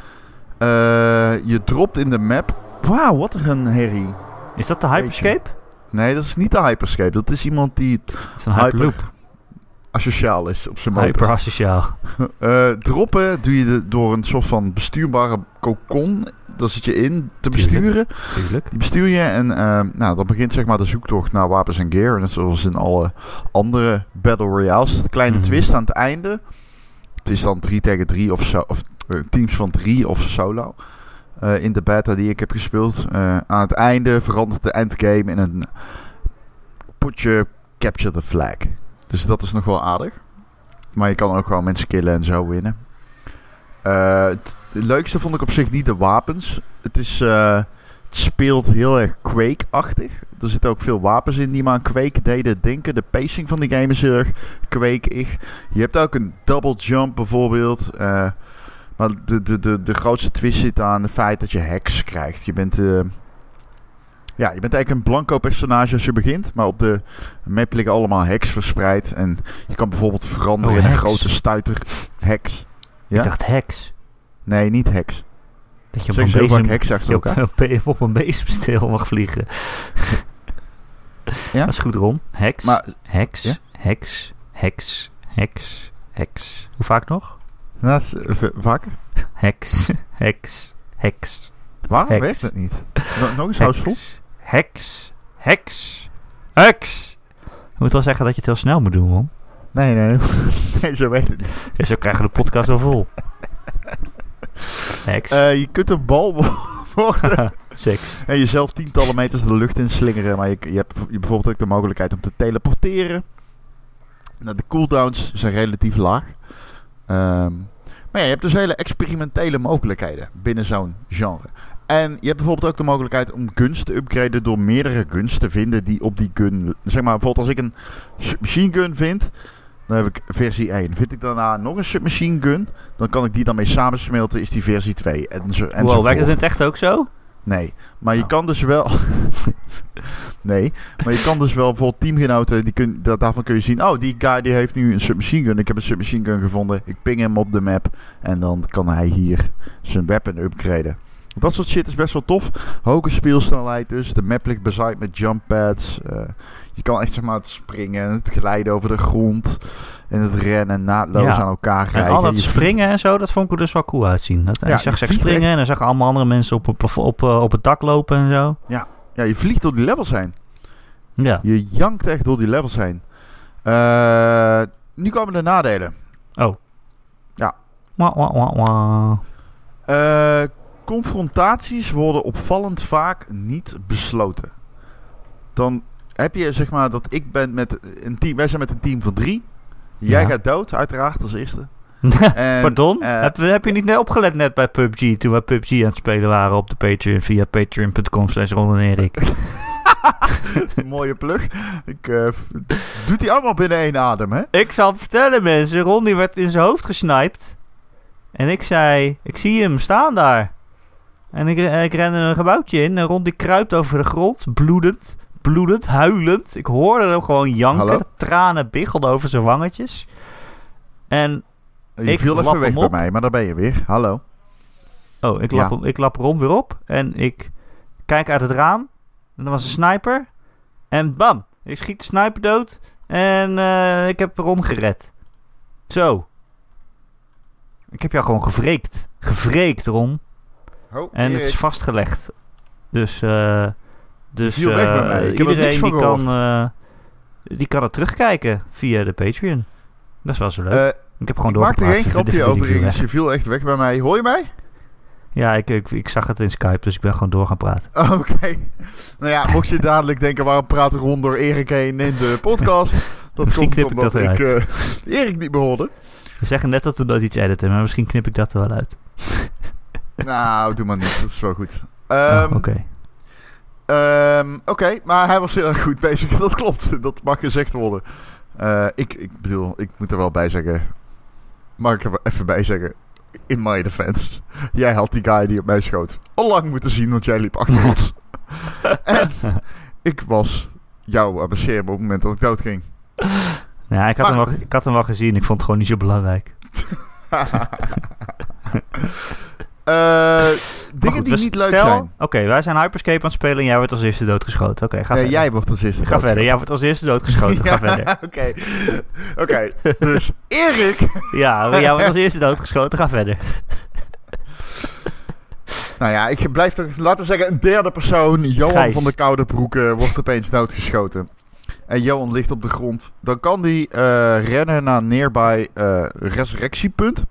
Je dropt in de map. Wauw, wat een herrie. Is dat de Hyperscape? Nee, dat is niet de Hyperscape. Dat is iemand die... Het is een Hyperloop. Asociaal is op zijn motor. Hyperasociaal. Droppen doe je door een soort van bestuurbare cocon. Daar zit je in te besturen. Tuurlijk. Die bestuur je en dan begint zeg maar de zoektocht naar wapens en gear. Net zoals in alle andere Battle Royales. De kleine twist aan het einde. Het is dan 3 tegen 3 of zo. Of teams van 3 of solo. In de beta die ik heb gespeeld. Aan het einde verandert de endgame in een potje capture the flag. Dus dat is nog wel aardig. Maar je kan ook gewoon mensen killen en zo winnen. Het leukste vond ik op zich niet de wapens. Het speelt heel erg Quake-achtig. Er zitten ook veel wapens in die me aan Quake deden denken. De pacing van die game is heel erg Quake-ig. Je hebt ook een double jump bijvoorbeeld. Maar de grootste twist zit aan het feit dat je hacks krijgt. Je bent eigenlijk een blanco personage als je begint. Maar op de map liggen allemaal hacks verspreid. En je kan bijvoorbeeld veranderen in een grote stuiter. Hacks. Ja? Ik dacht hacks. Nee, niet hacks. Dat je op een bezemsteel mag vliegen. Ja? Dat is goed, Ron. Hacks. Maar, hacks. Ja? Hacks. Hoe vaak nog? Nou, vaker. Hacks. Waarom werkt het niet? Nog eens housevol. Hacks. Je moet wel zeggen dat je het heel snel moet doen, man. Nee, zo werkt het niet. Ja, zo krijgen we de podcast wel vol. Je kunt een bal worden. Seks. En jezelf tientallen meters de lucht in slingeren. Maar je hebt bijvoorbeeld ook de mogelijkheid om te teleporteren. Nou, de cooldowns zijn relatief laag. Maar ja, je hebt dus hele experimentele mogelijkheden binnen zo'n genre. En je hebt bijvoorbeeld ook de mogelijkheid om guns te upgraden door meerdere guns te vinden die op die gun... Zeg maar bijvoorbeeld als ik een submachine gun vind, dan heb ik versie 1. Vind ik daarna nog een submachine gun, dan kan ik die dan mee samensmelten, is die versie 2. Wow, werkt het in het echt ook zo? Nee, maar je kan dus wel... nee, maar je kan dus wel bijvoorbeeld teamgenoten, daarvan kun je zien... Oh, die guy die heeft nu een submachine gun. Ik heb een submachine gun gevonden. Ik ping hem op de map. En dan kan hij hier zijn weapon upgraden. Dat soort shit is best wel tof. Hoge speelsnelheid dus. De map ligt bezaaid met jump pads. Je kan echt zeg maar het springen en het glijden over de grond. En het rennen naadloos aan elkaar rijden. En al dat springen en zo, dat vond ik er dus wel cool uitzien. Je zag springen en dan zag allemaal andere mensen op het dak lopen en zo. Ja, je vliegt door die levels heen. Ja. Je jankt echt door die levels heen. Nu komen de nadelen. Oh. Ja. Confrontaties worden opvallend vaak niet besloten. Dan heb je zeg maar dat ik ben met een team. Wij zijn met een team van 3. Jij gaat dood, uiteraard, als eerste. Pardon? Heb je niet net opgelet net bij PUBG, toen we PUBG aan het spelen waren op de Patreon, via patreon.com/Ron en Erik. Mooie plug. Doet hij allemaal binnen één adem, hè? Ik zal het vertellen, mensen. Ron die werd in zijn hoofd gesniped. En ik zei, ik zie hem staan daar. En ik ren een gebouwtje in. En Ron die kruipt over de grond, bloedend, huilend. Ik hoorde hem gewoon janken. Hallo? Tranen biggelden over zijn wangetjes. En je viel even weg bij mij, maar daar ben je weer. Hallo. Oh, ik lap Ron weer op. En ik kijk uit het raam. En er was een sniper. En bam, ik schiet de sniper dood. En ik heb Ron gered. Zo. Ik heb jou gewoon gevreekt. Gevreekt, Ron. Oh, en het is vastgelegd. Dus iedereen die kan het terugkijken via de Patreon. Dat is wel zo leuk. Ik heb gewoon doorgepraat. Ik maakte geen grapje overigens. Je viel echt weg bij mij. Hoor je mij? Ja, ik zag het in Skype, dus ik ben gewoon door gaan praten. Oké. Nou ja, mocht je dadelijk denken, waarom praat Ron door Erik heen in de podcast? Dat komt omdat ik Erik niet meer hoorde. We zeggen net dat we nooit iets editen, maar misschien knip ik dat er wel uit. Nou, doe maar niet. Dat is wel goed. Oké, maar hij was heel erg goed bezig. Dat klopt. Dat mag gezegd worden. Ik bedoel, ik moet er wel bij zeggen. Mag ik er even bij zeggen? In my defense. Jij had die guy die op mij schoot al lang moeten zien, want jij liep achter ons. En ik was jou aan het beschermen op het moment dat ik dood ging. Ja, ik had hem wel gezien. Ik vond het gewoon niet zo belangrijk. Dingen die niet leuk zijn. Oké, wij zijn Hyperscape aan het spelen en jij wordt als eerste doodgeschoten. Oké, ga verder. Jij wordt als eerste doodgeschoten. Ga verder, jij wordt als eerste doodgeschoten. Ga verder. Oké, dus Erik. Ja, jij wordt als eerste doodgeschoten. Ga verder. Nou ja, ik blijf toch, laten we zeggen, een derde persoon. Johan Gijs van de Koude Broeken wordt opeens doodgeschoten. En Johan ligt op de grond. Dan kan die rennen naar nearby resurrectiepunt.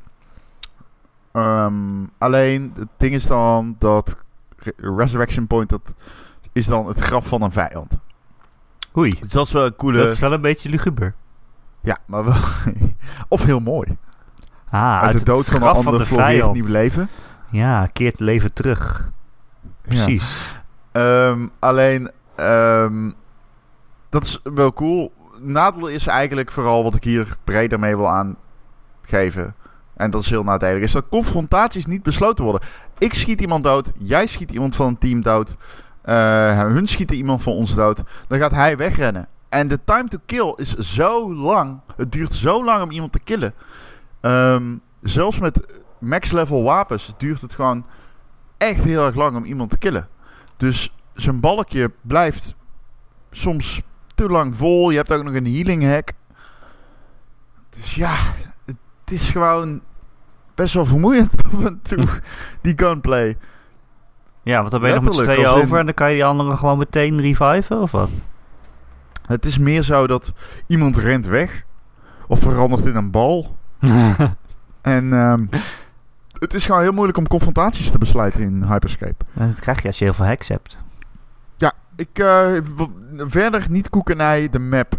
Alleen, het ding is dan dat Resurrection Point, dat is dan het graf van een vijand. Oei. Dus dat is wel een coole... Dat is wel een beetje luguber. Ja, maar wel... of heel mooi. Uit de dood van een ander floreert nieuw leven. Ja, keert leven terug. Precies. Ja. Alleen, dat is wel cool. Nadeel is eigenlijk vooral wat ik hier breder mee wil aangeven. En dat is heel nadelig. Is dat confrontaties niet besloten worden. Ik schiet iemand dood. Jij schiet iemand van een team dood. Hun schieten iemand van ons dood. Dan gaat hij wegrennen. En de time to kill is zo lang. Het duurt zo lang om iemand te killen. Zelfs met max level wapens duurt het gewoon echt heel erg lang om iemand te killen. Dus zijn balkje blijft soms te lang vol. Je hebt ook nog een healing hack. Dus ja, het is gewoon best wel vermoeiend af en toe, die gunplay. Ja, want dan ben je nog met z'n tweeën over en dan kan je die anderen gewoon meteen reviven, of wat? Het is meer zo dat iemand rent weg of verandert in een bal. En Het is gewoon heel moeilijk om confrontaties te besluiten in Hyperscape. En dat krijg je als je heel veel hacks hebt. Ja, verder niet koekenij, de map.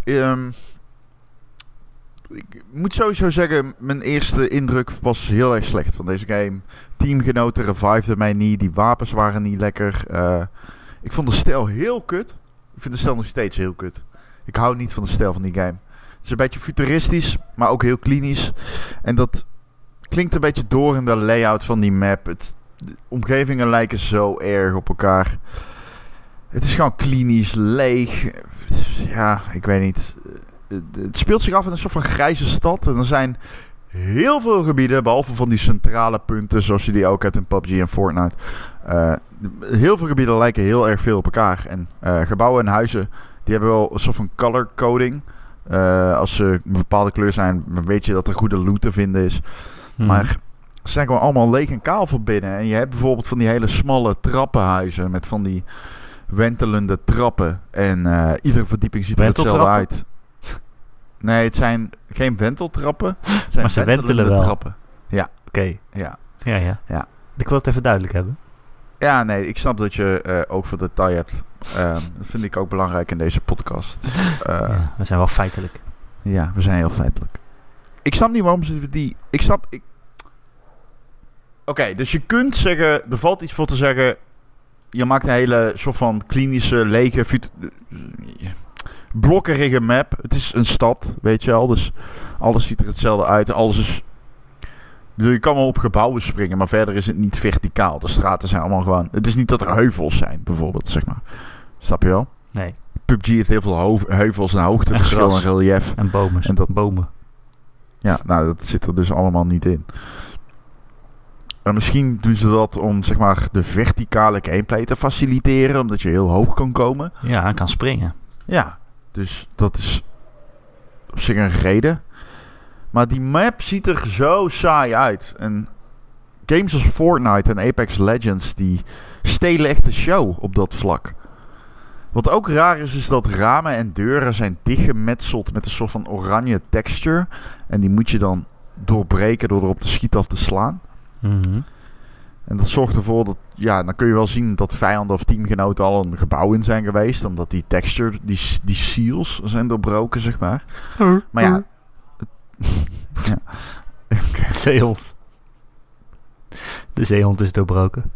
Ik moet sowieso zeggen, mijn eerste indruk was heel erg slecht van deze game. Teamgenoten reviveden mij niet, die wapens waren niet lekker. Ik vond de stijl heel kut. Ik vind de stijl nog steeds heel kut. Ik hou niet van de stijl van die game. Het is een beetje futuristisch, maar ook heel klinisch. En dat klinkt een beetje door in de layout van die map. De omgevingen lijken zo erg op elkaar. Het is gewoon klinisch, leeg. Ja, ik weet niet. Het speelt zich af in een soort van grijze stad. En er zijn heel veel gebieden, behalve van die centrale punten, zoals je die ook hebt in PUBG en Fortnite. Heel veel gebieden lijken heel erg veel op elkaar. En gebouwen en huizen, die hebben wel een soort van color coding. Als ze een bepaalde kleur zijn, dan weet je dat er goede loot te vinden is. Maar ze zijn gewoon allemaal leeg en kaal van binnen. En je hebt bijvoorbeeld van die hele smalle trappenhuizen met van die wentelende trappen. En iedere verdieping ziet er hetzelfde uit. Nee, het zijn geen wenteltrappen. Het zijn maar ze wentelen wel. Trappen. Ja. Oké. Ja. Ja. Ik wil het even duidelijk hebben. Ja, nee, ik snap dat je ook voor detail hebt. Dat vind ik ook belangrijk in deze podcast. We zijn wel feitelijk. Ja, we zijn heel feitelijk. Ik snap niet waarom ze die... Oké, dus je kunt zeggen... Er valt iets voor te zeggen... Je maakt een hele soort van klinische, lege... blokkerige map. Het is een stad, weet je wel. Dus alles ziet er hetzelfde uit. Alles is... Je kan wel op gebouwen springen, maar verder is het niet verticaal. De straten zijn allemaal gewoon... Het is niet dat er heuvels zijn, bijvoorbeeld, zeg maar. Snap je wel? Nee. PUBG heeft heel veel heuvels en hoogteverschil en relief. En bomen. En dat... bomen. Ja, nou, dat zit er dus allemaal niet in. En misschien doen ze dat om, zeg maar, de verticale gameplay te faciliteren. Omdat je heel hoog kan komen. Ja, en kan springen. Ja, dus dat is op zich een reden. Maar die map ziet er zo saai uit. En games als Fortnite en Apex Legends, die stelen echt de show op dat vlak. Wat ook raar is dat ramen en deuren zijn dichtgemetseld met een soort van oranje texture. En die moet je dan doorbreken door erop te schieten of te slaan. Mm-hmm. En dat zorgt ervoor dat, ja, dan kun je wel zien dat vijanden of teamgenoten al een gebouw in zijn geweest. Omdat die texture, die seals zijn doorbroken, zeg maar. Maar ja. Ja. Okay. Zeehond. De zeehond is doorbroken.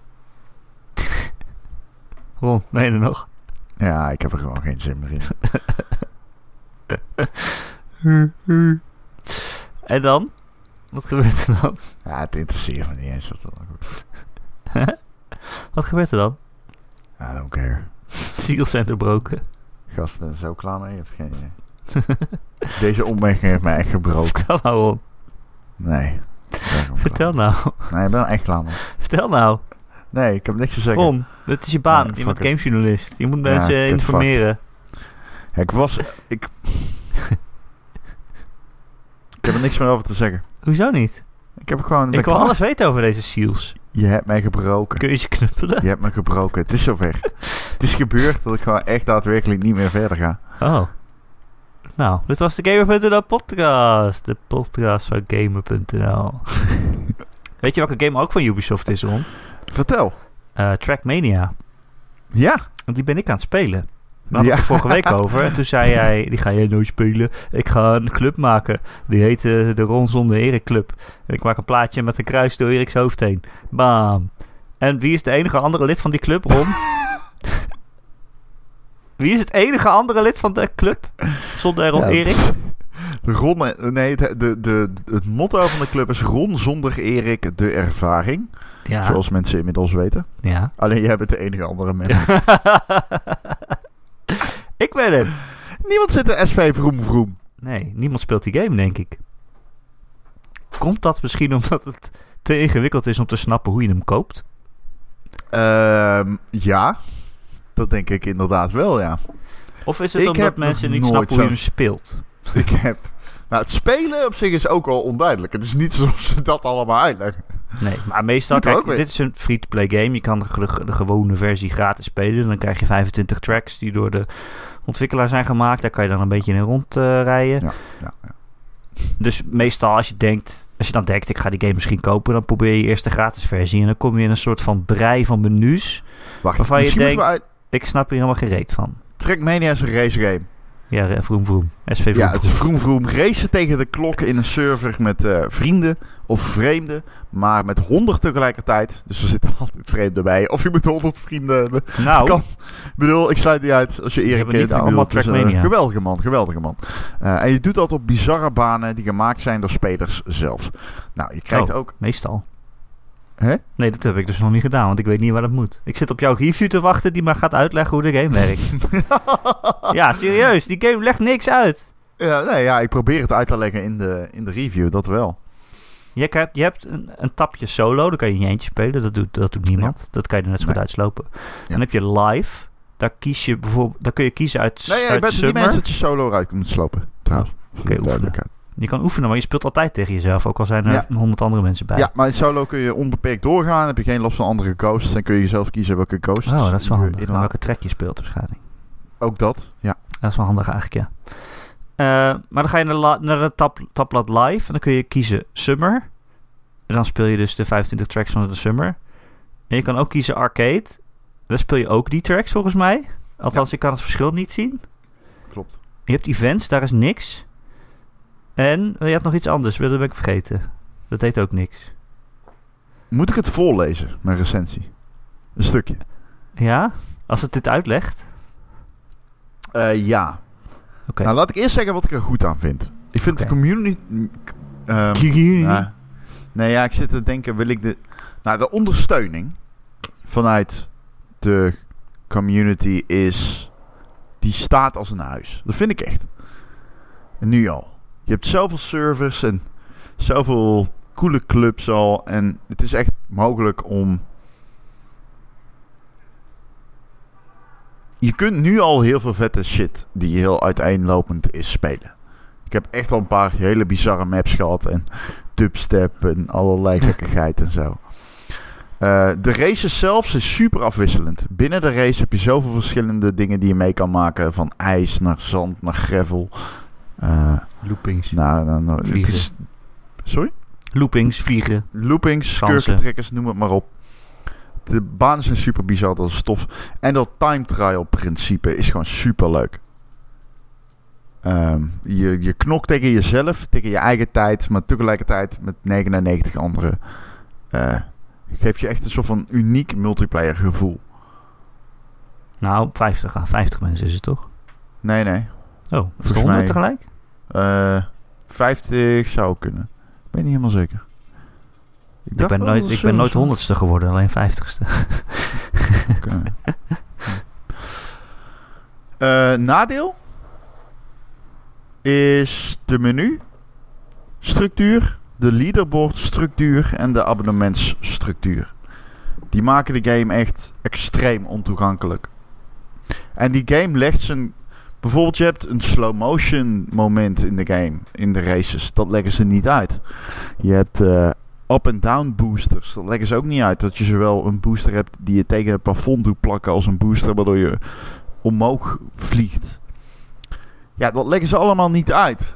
Ron, ben je er nog? Ja, ik heb er gewoon geen zin meer in. En dan? Wat gebeurt er dan? Ja, het interesseert me niet eens wat er dan goed. Wat gebeurt er dan? I don't care. Seals zijn doorbroken. Gast, ben er zo klaar mee? Je hebt geen idee. Deze opmerking heeft mij echt gebroken. Vertel nou, Ron. Nee. Vertel nou. Nee, ik ben er echt klaar mee. Vertel nou. Nee, ik heb niks te zeggen. Ron, dit is je baan. Je bent gamejournalist. Je moet mensen informeren. Ja, ik heb er niks meer over te zeggen. Hoezo niet? Ik wil alles weten over deze seals. Je hebt mij gebroken. Kun je ze knuppelen? Je hebt me gebroken. Het is zover. Het is gebeurd dat ik gewoon echt daadwerkelijk niet meer verder ga. Oh. Nou, dit was de Gamer.nl podcast. De podcast van Gamer.nl. Weet je welke game ook van Ubisoft is, Ron? Vertel. Trackmania. Ja. Want die ben ik aan het spelen. Daar had ik het vorige week over. En toen zei jij, die ga jij nooit spelen. Ik ga een club maken. Die heet de Ron zonder Erik Club. En ik maak een plaatje met een kruis door Eriks hoofd heen. Bam. En wie is de enige andere lid van die club, Ron? Wie is het enige andere lid van de club? Zonder Ron Erik? Het motto van de club is Ron zonder Erik de ervaring. Ja. Zoals mensen inmiddels weten. Ja. Alleen jij bent de enige andere mens. Ik ben het. Niemand zit in SV vroom vroom. Nee, niemand speelt die game, denk ik. Komt dat misschien omdat het te ingewikkeld is om te snappen hoe je hem koopt? Ja. Dat denk ik inderdaad wel, ja. Of is het omdat mensen niet snappen hoe je hem speelt? Nou, het spelen op zich is ook al onduidelijk. Het is niet zoals ze dat allemaal uitleggen. Nee, maar meestal, kijk, dit is een free-to-play game. Je kan de gewone versie gratis spelen. Dan krijg je 25 tracks die door de ontwikkelaar zijn gemaakt. Daar kan je dan een beetje in rondrijden. Ja. Dus meestal als je dan denkt, ik ga die game misschien kopen, dan probeer je eerst de gratis versie en dan kom je in een soort van brei van menus. Wacht, waarvan je denkt, ik snap hier helemaal geen reet van. Trackmania is een race game. Ja, vroom vroom. SV vroom, ja, het is vroom vroom. Racen tegen de klok in een server met vrienden of vreemden, maar met 100 tegelijkertijd. Dus er zitten altijd vreemden bij. Of je moet 100 vrienden hebben. Nou. Kan. Ik bedoel, ik sluit niet uit als je Erik kent. Allemaal Trackmania. Geweldige man. En je doet dat op bizarre banen die gemaakt zijn door spelers zelf. Nou, je krijgt ook... Meestal. Hè? Nee, dat heb ik dus nog niet gedaan, want ik weet niet waar dat moet. Ik zit op jouw review te wachten die maar gaat uitleggen hoe de game werkt. Ja, serieus. Die game legt niks uit. Ja, ik probeer het uit te leggen in de review, dat wel. Je hebt een tapje solo, dan kan je in je eentje spelen. Dat doet niemand. Ja. Dat kan je er net zo goed uitslopen. Ja. Dan heb je live. Daar kies je bijvoorbeeld... Daar kun je kiezen uit Nee, je bent niet mensen dat je solo eruit moet slopen, trouwens. Oké, je kan oefenen, maar je speelt altijd tegen jezelf. Ook al zijn er 100 andere mensen bij. Ja, maar in solo kun je onbeperkt doorgaan. Heb je geen last van andere ghosts. Dan kun je zelf kiezen welke ghosts. Oh, dat is wel handig. Welke track je speelt waarschijnlijk. Ook dat, ja. Dat is wel handig eigenlijk, ja. Maar dan ga je naar de tabblad live. En dan kun je kiezen Summer. En dan speel je dus de 25 tracks van de Summer. En je kan ook kiezen Arcade. Dan speel je ook die tracks volgens mij. Althans, ik kan het verschil niet zien. Klopt. Je hebt events, daar is niks. En je had nog iets anders, dat ben ik vergeten. Dat deed ook niks. Moet ik het voorlezen, mijn recensie? Een stukje. Ja? Als het dit uitlegt? Ja. Okay. Nou, laat ik eerst zeggen wat ik er goed aan vind. Ik vind de community... ik zit te denken, wil ik de... Nou, de ondersteuning vanuit de community die staat als een huis. Dat vind ik echt. En nu al. Je hebt zoveel servers en zoveel coole clubs al. En het is echt mogelijk om... Je kunt nu al heel veel vette shit die heel uiteenlopend is spelen. Ik heb echt al een paar hele bizarre maps gehad. En dubstep en allerlei gekkigheid en zo. De races zelf zijn super afwisselend. Binnen de race heb je zoveel verschillende dingen die je mee kan maken. Van ijs naar zand naar gravel. Loopings. Vliegen. Sorry? Loopings, vliegen. Loopings, kurkentrekkers, noem het maar op. De banen zijn super bizar, dat is stof. En dat time trial principe is gewoon super leuk. Je knokt tegen jezelf, tegen je eigen tijd, maar tegelijkertijd met 99 anderen. Geeft je echt een soort van uniek multiplayer gevoel. Nou, 50 mensen is het toch? Nee. Oh, is het 100 tegelijk? 50 zou kunnen. Ik ben niet helemaal zeker. Ik ben nooit 100ste geworden, alleen 50ste. Nadeel is de menu-structuur, de leaderboard-structuur en de abonnementsstructuur. Die maken de game echt extreem ontoegankelijk. En die game legt zijn... Bijvoorbeeld, je hebt een slow-motion moment in de game, in de races. Dat leggen ze niet uit. Je hebt up-and-down boosters. Dat leggen ze ook niet uit. Dat je zowel een booster hebt die je tegen het plafond doet plakken als een booster waardoor je omhoog vliegt. Ja, dat leggen ze allemaal niet uit.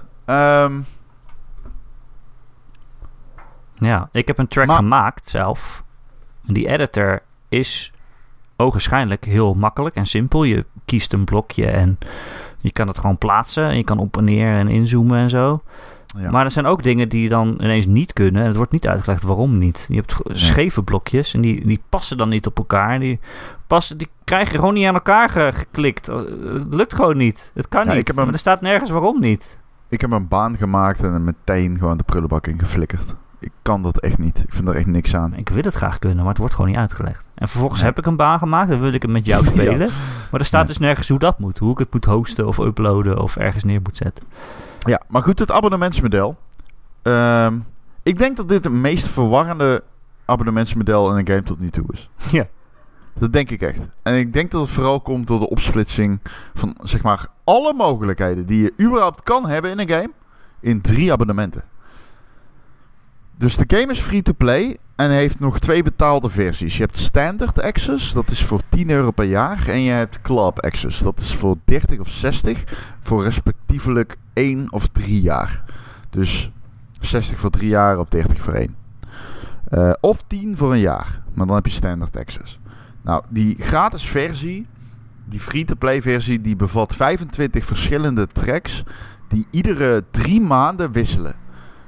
Ja, ik heb een track gemaakt zelf. En die editor is ogenschijnlijk heel makkelijk en simpel. Je kiest een blokje en je kan het gewoon plaatsen. En je kan op en neer en inzoomen en zo. Ja. Maar er zijn ook dingen die dan ineens niet kunnen. En het wordt niet uitgelegd waarom niet. Je hebt scheve blokjes en die passen dan niet op elkaar. Die krijgen gewoon niet aan elkaar geklikt. Het lukt gewoon niet. Het kan niet. Maar er staat nergens waarom niet. Ik heb een baan gemaakt en meteen gewoon de prullenbak in geflikkerd. Ik kan dat echt niet. Ik vind er echt niks aan. Ik wil het graag kunnen, maar het wordt gewoon niet uitgelegd. En vervolgens heb ik een baan gemaakt. Dan wil ik het met jou spelen. Ja. Maar er staat dus nergens hoe dat moet. Hoe ik het moet hosten of uploaden of ergens neer moet zetten. Ja, maar goed, het abonnementsmodel. Ik denk dat dit het meest verwarrende abonnementsmodel in een game tot nu toe is. Ja. Dat denk ik echt. En ik denk dat het vooral komt door de opsplitsing van, zeg maar, alle mogelijkheden die je überhaupt kan hebben in een game in 3 abonnementen. Dus de game is free-to-play en heeft nog 2 betaalde versies. Je hebt Standard Access, dat is voor €10 per jaar. En je hebt Club Access, dat is voor 30 of 60 voor respectievelijk 1 of 3 jaar. Dus 60 voor 3 jaar of 30 voor 1. Of 10 voor een jaar. Maar dan heb je standard access. Nou, die gratis versie, die free-to-play versie, die bevat 25 verschillende tracks die iedere 3 maanden wisselen.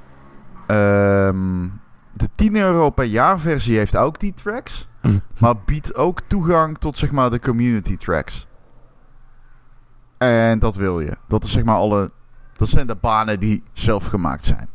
De €10 per jaar versie heeft ook die tracks. Maar biedt ook toegang tot zeg maar de community tracks. En dat wil je. Dat is zeg maar dat zijn de banen die zelf gemaakt zijn.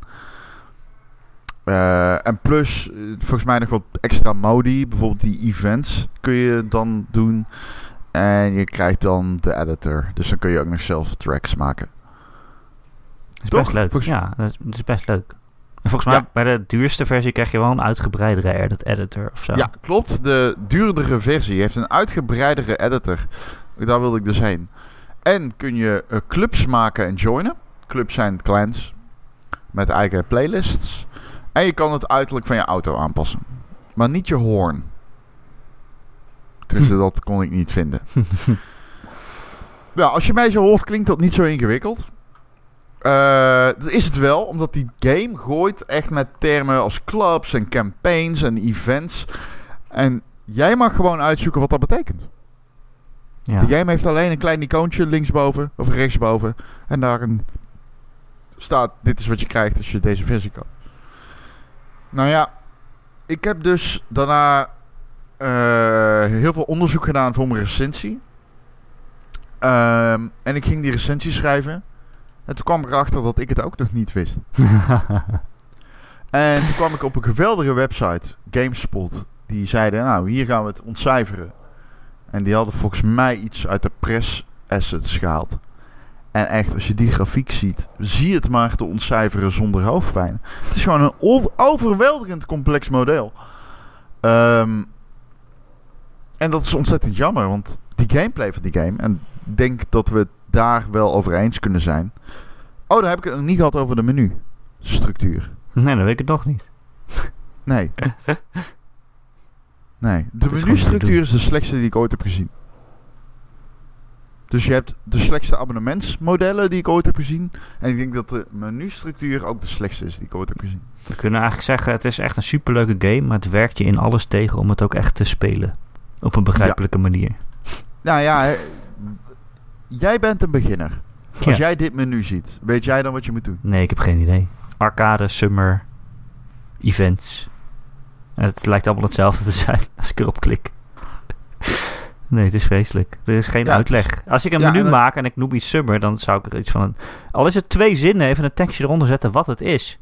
En plus, volgens mij nog wat extra modi. Bijvoorbeeld die events kun je dan doen. En je krijgt dan de editor. Dus dan kun je ook nog zelf tracks maken. Dat is best leuk. Ja, dat is best leuk. En volgens mij bij de duurste versie krijg je wel een uitgebreidere editor of zo. Ja, klopt. De duurdere versie heeft een uitgebreidere editor. Daar wilde ik dus heen. En kun je clubs maken en joinen. Clubs zijn clans. Met eigen playlists. En je kan het uiterlijk van je auto aanpassen. Maar niet je hoorn. Dus dat kon ik niet vinden. Ja, als je mij zo hoort, klinkt dat niet zo ingewikkeld. Dat is het wel, omdat die game gooit echt met termen als clubs en campaigns en events. En jij mag gewoon uitzoeken wat dat betekent. Ja. De game heeft alleen een klein icoontje linksboven of rechtsboven. En daar staat, dit is wat je krijgt als je deze versie koopt. Nou ja, ik heb dus daarna heel veel onderzoek gedaan voor mijn recensie. En ik ging die recensie schrijven. En toen kwam ik erachter dat ik het ook nog niet wist. En toen kwam ik op een geweldige website, GameSpot. Die zeiden, nou, hier gaan we het ontcijferen. En die hadden volgens mij iets uit de press assets gehaald. En echt, als je die grafiek ziet, zie het maar te ontcijferen zonder hoofdpijn. Het is gewoon een overweldigend complex model. En dat is ontzettend jammer, want die gameplay van die game, en ik denk dat we het daar wel over eens kunnen zijn. Oh, daar heb ik het nog niet gehad over de menustructuur. Nee, dan weet ik het nog niet. Nee. Nee, de menustructuur is de slechtste die ik ooit heb gezien. Dus je hebt de slechtste abonnementsmodellen die ik ooit heb gezien. En ik denk dat de menustructuur ook de slechtste is die ik ooit heb gezien. We kunnen eigenlijk zeggen, het is echt een superleuke game, maar het werkt je in alles tegen om het ook echt te spelen. Op een begrijpelijke manier. Nou ja, jij bent een beginner. Als jij dit menu ziet, weet jij dan wat je moet doen? Nee, ik heb geen idee. Arcade, summer, events. Het lijkt allemaal hetzelfde te zijn als ik erop klik. Nee, het is vreselijk. Er is geen uitleg. Als ik een menu maak en ik noem iets summer, dan zou ik er iets van al is het 2 zinnen, even een tekstje eronder zetten wat het is.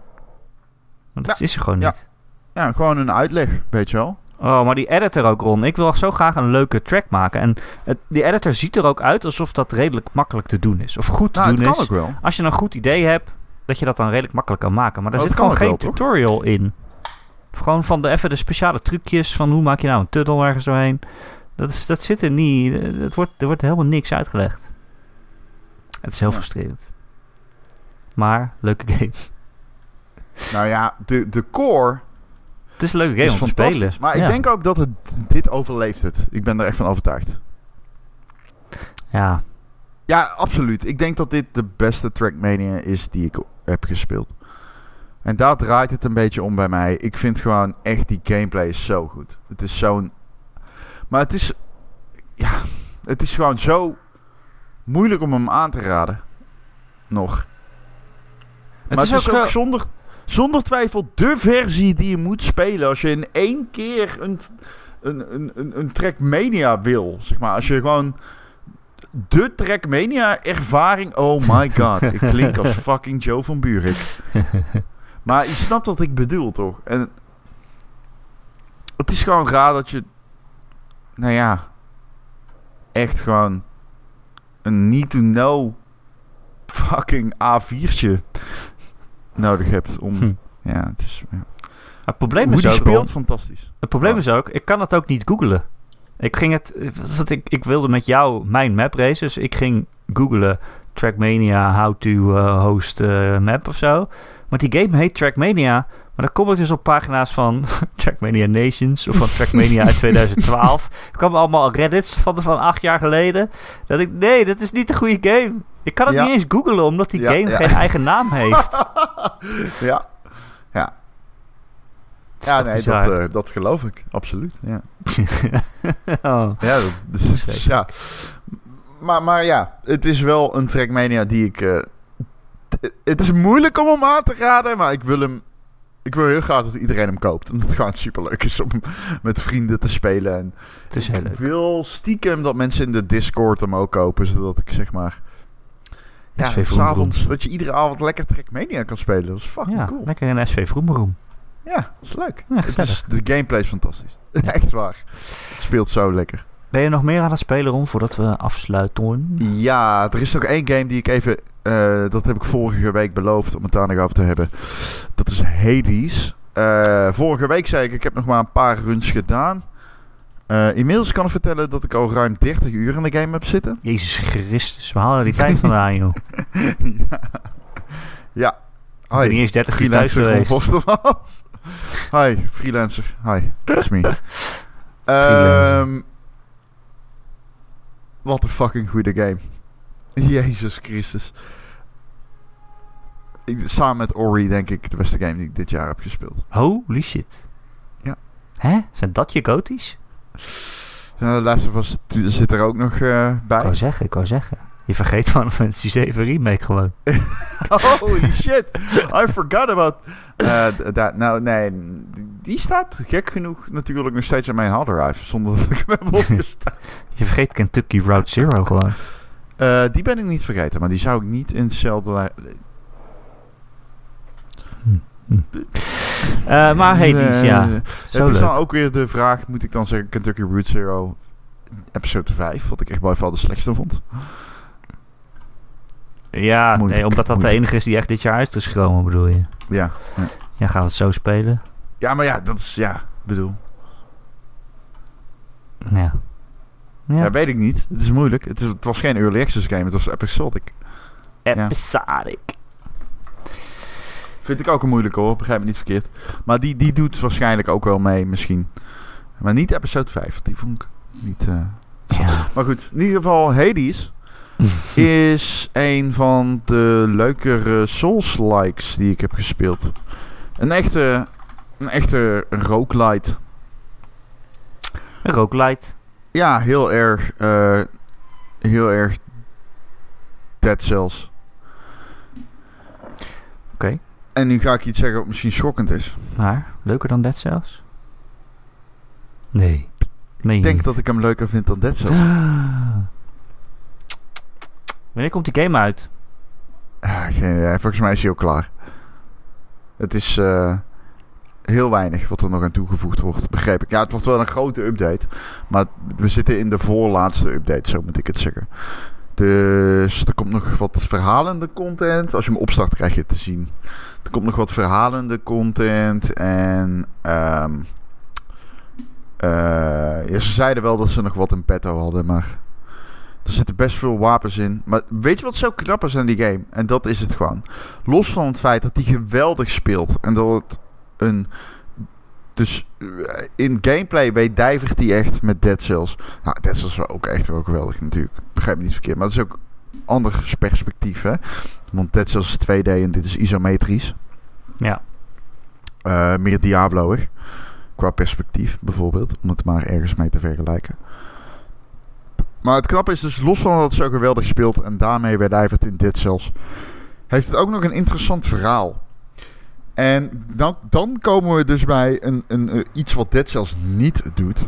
Want dat is er gewoon niet. Ja, gewoon een uitleg, weet je wel. Oh, maar die editor ook, Ron. Ik wil zo graag een leuke track maken. En die editor ziet er ook uit alsof dat redelijk makkelijk te doen is. Of goed te doen is. Dat kan ook wel. Als je een goed idee hebt, dat je dat dan redelijk makkelijk kan maken. Maar daar zit gewoon geen tutorial in. Gewoon van even de speciale trucjes van hoe maak je nou een tunnel ergens doorheen. Dat zit er niet. Er wordt helemaal niks uitgelegd. Het is heel frustrerend. Maar, leuke game. Nou ja, de core... Het is een leuke game om te spelen. Maar ik denk ook dat dit overleeft het. Ik ben er echt van overtuigd. Ja. Ja, absoluut. Ik denk dat dit de beste Trackmania is die ik heb gespeeld. En daar draait het een beetje om bij mij. Ik vind gewoon echt die gameplay is zo goed. Het is zo'n... Maar het is... Ja, het is gewoon zo moeilijk om hem aan te raden. Nog. Maar het is ook zonder twijfel de versie die je moet spelen als je in 1 keer een Trackmania wil. Zeg maar, als je gewoon de Trackmania ervaring... Oh my god, ik klink als fucking Joe van Buurik. Maar je snapt wat ik bedoel, toch? En het is gewoon raar dat je... Nou ja... Echt gewoon... een need-to-know... fucking A4'tje... nodig hebt om... Ja, het is... Ja. Het probleem hoe is die ook... speelt, fantastisch. Het probleem is ook... Ik kan het ook niet googlen. Ik wilde met jou mijn map race. Dus ik ging googlen... Trackmania, how to host map of zo. Maar die game heet Trackmania... Maar dan kom ik dus op pagina's van Trackmania Nations of van Trackmania uit 2012. Er kwamen allemaal Reddits van 8 jaar geleden. Dat ik, nee, dat is niet de goede game. Ik kan het niet eens googlen, omdat die game geen eigen naam heeft. Ja. Ja, nee, dat geloof ik. Absoluut, ja. Oh. Ja, ja. Maar ja, het is wel een Trackmania die ik... het is moeilijk om hem aan te raden, maar ik wil heel graag dat iedereen hem koopt. Omdat het gewoon superleuk is om met vrienden te spelen. En het is heel leuk. Ik wil stiekem dat mensen in de Discord hem ook kopen, zodat ik zeg maar... Ja, s'avonds dat je iedere avond lekker Trackmania kan spelen. Dat is fucking cool. Lekker in SV Vroom. Ja, dat is leuk. Ja, de gameplay is fantastisch. Ja. Echt waar. Het speelt zo lekker. Ben je nog meer aan het spelen, Ron, voordat we afsluiten? Ja, er is nog één game die ik even... dat heb ik vorige week beloofd om het daar nog over te hebben. Dat is Hades. Vorige week zei ik heb nog maar een paar runs gedaan. Inmiddels kan ik vertellen dat ik al ruim 30 uur in de game heb zitten. Jezus Christus, we halen die tijd vandaan, joh. Ja. Ik ben niet eens 30 uur thuis geweest. Hi, freelancer. Hi, it's me. Wat een fucking goede game. Jezus Christus. Samen met Ori denk ik de beste game die ik dit jaar heb gespeeld. Holy shit. Ja. Hè? Zijn dat je goties? De Last of Us zit er ook nog bij. Ik wou zeggen. Je vergeet Final Fantasy 7 Remake gewoon. Holy shit. I forgot about that. Nou, nee. Die staat gek genoeg natuurlijk nog steeds aan mijn hard drive. Zonder dat ik hem heb opgestaan. Je vergeet Kentucky Route Zero gewoon. Die ben ik niet vergeten. Maar die zou ik niet in hetzelfde... Maar Hades, ja. Het is dan ook weer de vraag... Moet ik dan zeggen Kentucky Route Zero episode 5? Wat ik echt bij far de slechtste vond. Ja, moeilijk, omdat dat de enige is die echt dit jaar uit is gekomen, bedoel je? Ja. Ja, gaan we het zo spelen? Ja, maar ja, dat is... Ja, bedoel... Ja, weet ik niet. Het is moeilijk. Het was geen early access game. Het was episodic. Episodic. Ja. Vind ik ook een moeilijke hoor. Begrijp me niet verkeerd. Maar die doet waarschijnlijk ook wel mee misschien. Maar niet episode 5. Die vond ik niet... Maar goed. In ieder geval Hades... is een van de leukere Souls-likes die ik heb gespeeld. Een echte roguelite. Een roguelite? Ja, heel erg Dead Cells. Oké. En nu ga ik iets zeggen wat misschien schokkend is. Maar, leuker dan Dead Cells? Nee. Ik denk dat ik hem leuker vind dan Dead Cells. Wanneer komt die game uit? Geen idee. Volgens mij is hij ook klaar. Het is heel weinig wat er nog aan toegevoegd wordt, begreep ik. Ja, het wordt wel een grote update. Maar we zitten in de voorlaatste update, zo moet ik het zeggen. Dus er komt nog wat verhalende content. Als je hem opstart krijg je het te zien. Er komt nog wat verhalende content. En ze zeiden wel dat ze nog wat in petto hadden, maar... Er zitten best veel wapens in. Maar weet je wat zo knap is aan die game? En dat is het gewoon. Los van het feit dat hij geweldig speelt. En dat het een... Dus in gameplay wedijvert hij echt met Dead Cells. Nou, Dead Cells was ook echt wel geweldig natuurlijk. Begrijp me niet verkeerd. Maar het is ook een ander perspectief, hè. Want Dead Cells is 2D en dit is isometrisch. Ja. Meer Diablo-ig. Qua perspectief bijvoorbeeld. Om het maar ergens mee te vergelijken. Maar het knappe is dus, los van dat het zo geweldig speelt en daarmee wedijvert in Dead Cells, heeft het ook nog een interessant verhaal. En dan komen we dus bij een iets wat Dead Cells niet doet.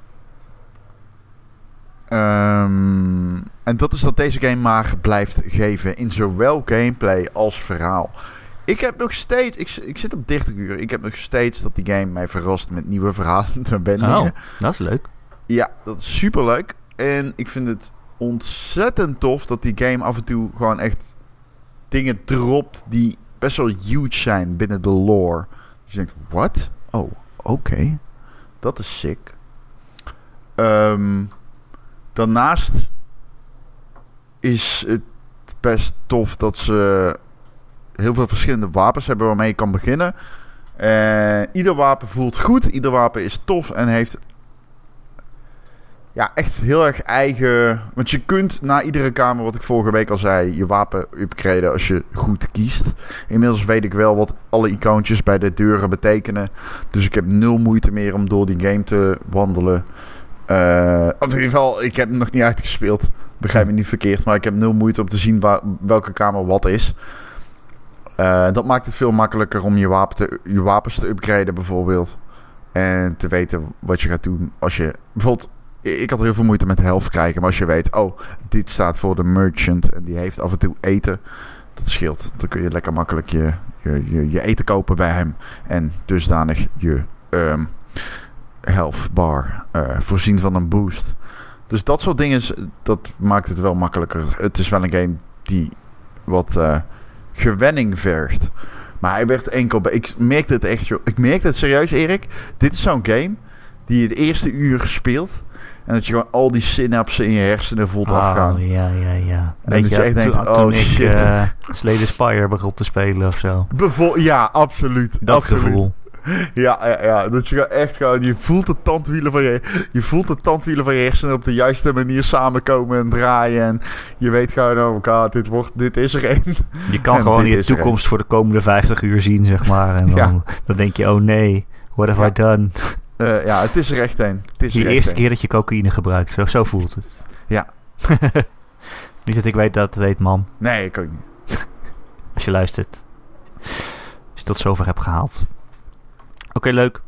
En dat is dat deze game maar blijft geven in zowel gameplay als verhaal. Ik heb nog steeds... Ik zit op 30 uur. Ik heb nog steeds dat die game mij verrast met nieuwe verhalen en wendingen. Oh, dat is leuk. Ja, dat is superleuk. En ik vind het ontzettend tof dat die game af en toe gewoon echt dingen dropt die best wel huge zijn binnen de lore. Dus je denkt, what? Oh, oké. Dat is sick. Daarnaast is het best tof dat ze heel veel verschillende wapens hebben waarmee je kan beginnen. Ieder wapen voelt goed. Ieder wapen is tof en heeft echt heel erg eigen... Want je kunt na iedere kamer, wat ik vorige week al zei, je wapen upgraden als je goed kiest. Inmiddels weet ik wel wat alle icoontjes bij de deuren betekenen. Dus ik heb 0 moeite meer om door die game te wandelen. Of in ieder geval, ik heb hem nog niet uitgespeeld. Begrijp me niet verkeerd. Maar ik heb 0 moeite om te zien welke kamer wat is. Dat maakt het veel makkelijker om je wapens te upgraden bijvoorbeeld. En te weten wat je gaat doen als je... Bijvoorbeeld, ik had heel veel moeite met health krijgen. Maar als je weet, dit staat voor de merchant en die heeft af en toe eten. Dat scheelt. Dan kun je lekker makkelijk je eten kopen bij hem. En dusdanig je health bar voorzien van een boost. Dus dat soort dingen, dat maakt het wel makkelijker. Het is wel een game die wat gewenning vergt. Maar hij werd enkel bij... Ik merkte het echt, joh. Ik merkte het serieus, Erik. Dit is zo'n game die je het eerste uur speelt. En dat je gewoon al die synapsen in je hersenen voelt afgaan. Ja. En dat je echt denkt, toen shit. ik Slay the Spire begon te spelen of zo. Ja, absoluut. Dat absoluut. gevoel. Ja. Dat je echt gewoon... Je voelt de tandwielen van je hersenen op de juiste manier samenkomen en draaien. En je weet gewoon, dit is er één. Je kan gewoon je toekomst voor de komende 50 uur zien, zeg maar. En dan denk je, oh nee, what have I done? Het is er echt één. De eerste keer dat je cocaïne gebruikt. Zo voelt het. Ja. Niet dat ik weet dat het weet, mam. Nee, ik ook niet. Als je luistert. Als je tot zover hebt gehaald. Oké, leuk.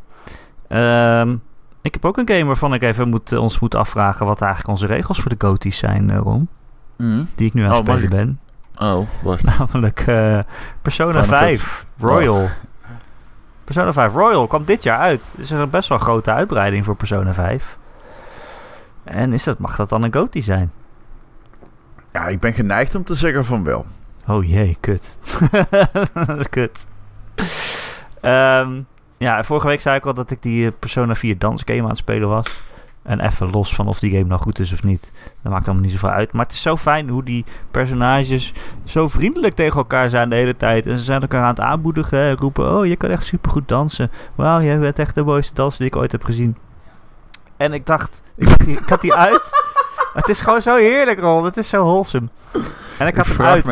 Ik heb ook een game waarvan ik even ons moet afvragen wat eigenlijk onze regels voor de GOTY's zijn, Ron. Die ik nu aan het spelen ben. Wacht. Namelijk Persona 5 Royal. Persona 5 Royal kwam dit jaar uit. Dus er is een best wel grote uitbreiding voor Persona 5. En mag dat dan een GOTY zijn? Ja, ik ben geneigd om te zeggen van wel. Oh jee, kut. Kut. Vorige week zei ik al dat ik die Persona 4 dansgame aan het spelen was. En even los van of die game nou goed is of niet. Dat maakt allemaal niet zoveel uit. Maar het is zo fijn hoe die personages zo vriendelijk tegen elkaar zijn de hele tijd. En ze zijn elkaar aan het aanmoedigen. En roepen, je kan echt supergoed dansen. Wauw, jij bent echt de mooiste danser die ik ooit heb gezien. En ik had die uit. Het is gewoon zo heerlijk, Ron. Het is zo wholesome. En ik had hem uit.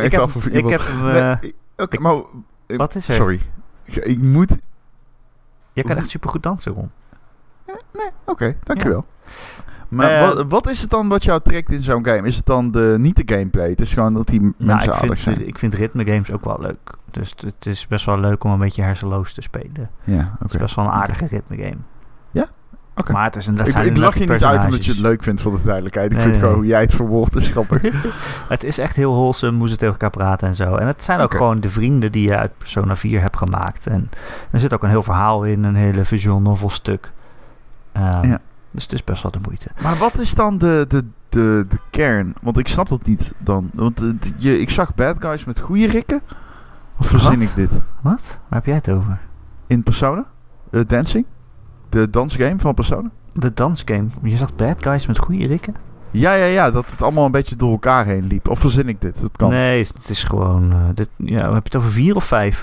Wat is er? Sorry. Ik moet... Jij kan echt supergoed dansen, Ron. Oké, dankjewel. Maar wat is het dan wat jou trekt in zo'n game? Is het dan niet de gameplay? Het is gewoon dat die mensen aardig zijn. Ik vind ritmegames ook wel leuk. Dus het is best wel leuk om een beetje hersenloos te spelen. Ja, Het is best wel een aardige ritmegame. Ja? Oké. Maar het is ik lach je niet uit omdat je het leuk vindt, voor de duidelijkheid. Ik vind gewoon hoe jij het verwoordt is grappig. Het is echt heel wholesome hoe ze tegen elkaar praten en zo. En het zijn ook gewoon de vrienden die je uit Persona 4 hebt gemaakt. En er zit ook een heel verhaal in, een hele visual novel stuk. Dus het is best wel de moeite. Maar wat is dan de kern? Want ik snap dat niet dan. Want ik zag bad guys met goede rikken. Of verzin ik dit? Wat? Waar heb jij het over? In Persona? Dancing? De dansgame van Persona? De dansgame? Je zag bad guys met goede rikken? Ja, dat het allemaal een beetje door elkaar heen liep. Of verzin ik dit? Dat kan. Nee, het is gewoon... heb je het over 4 of 5?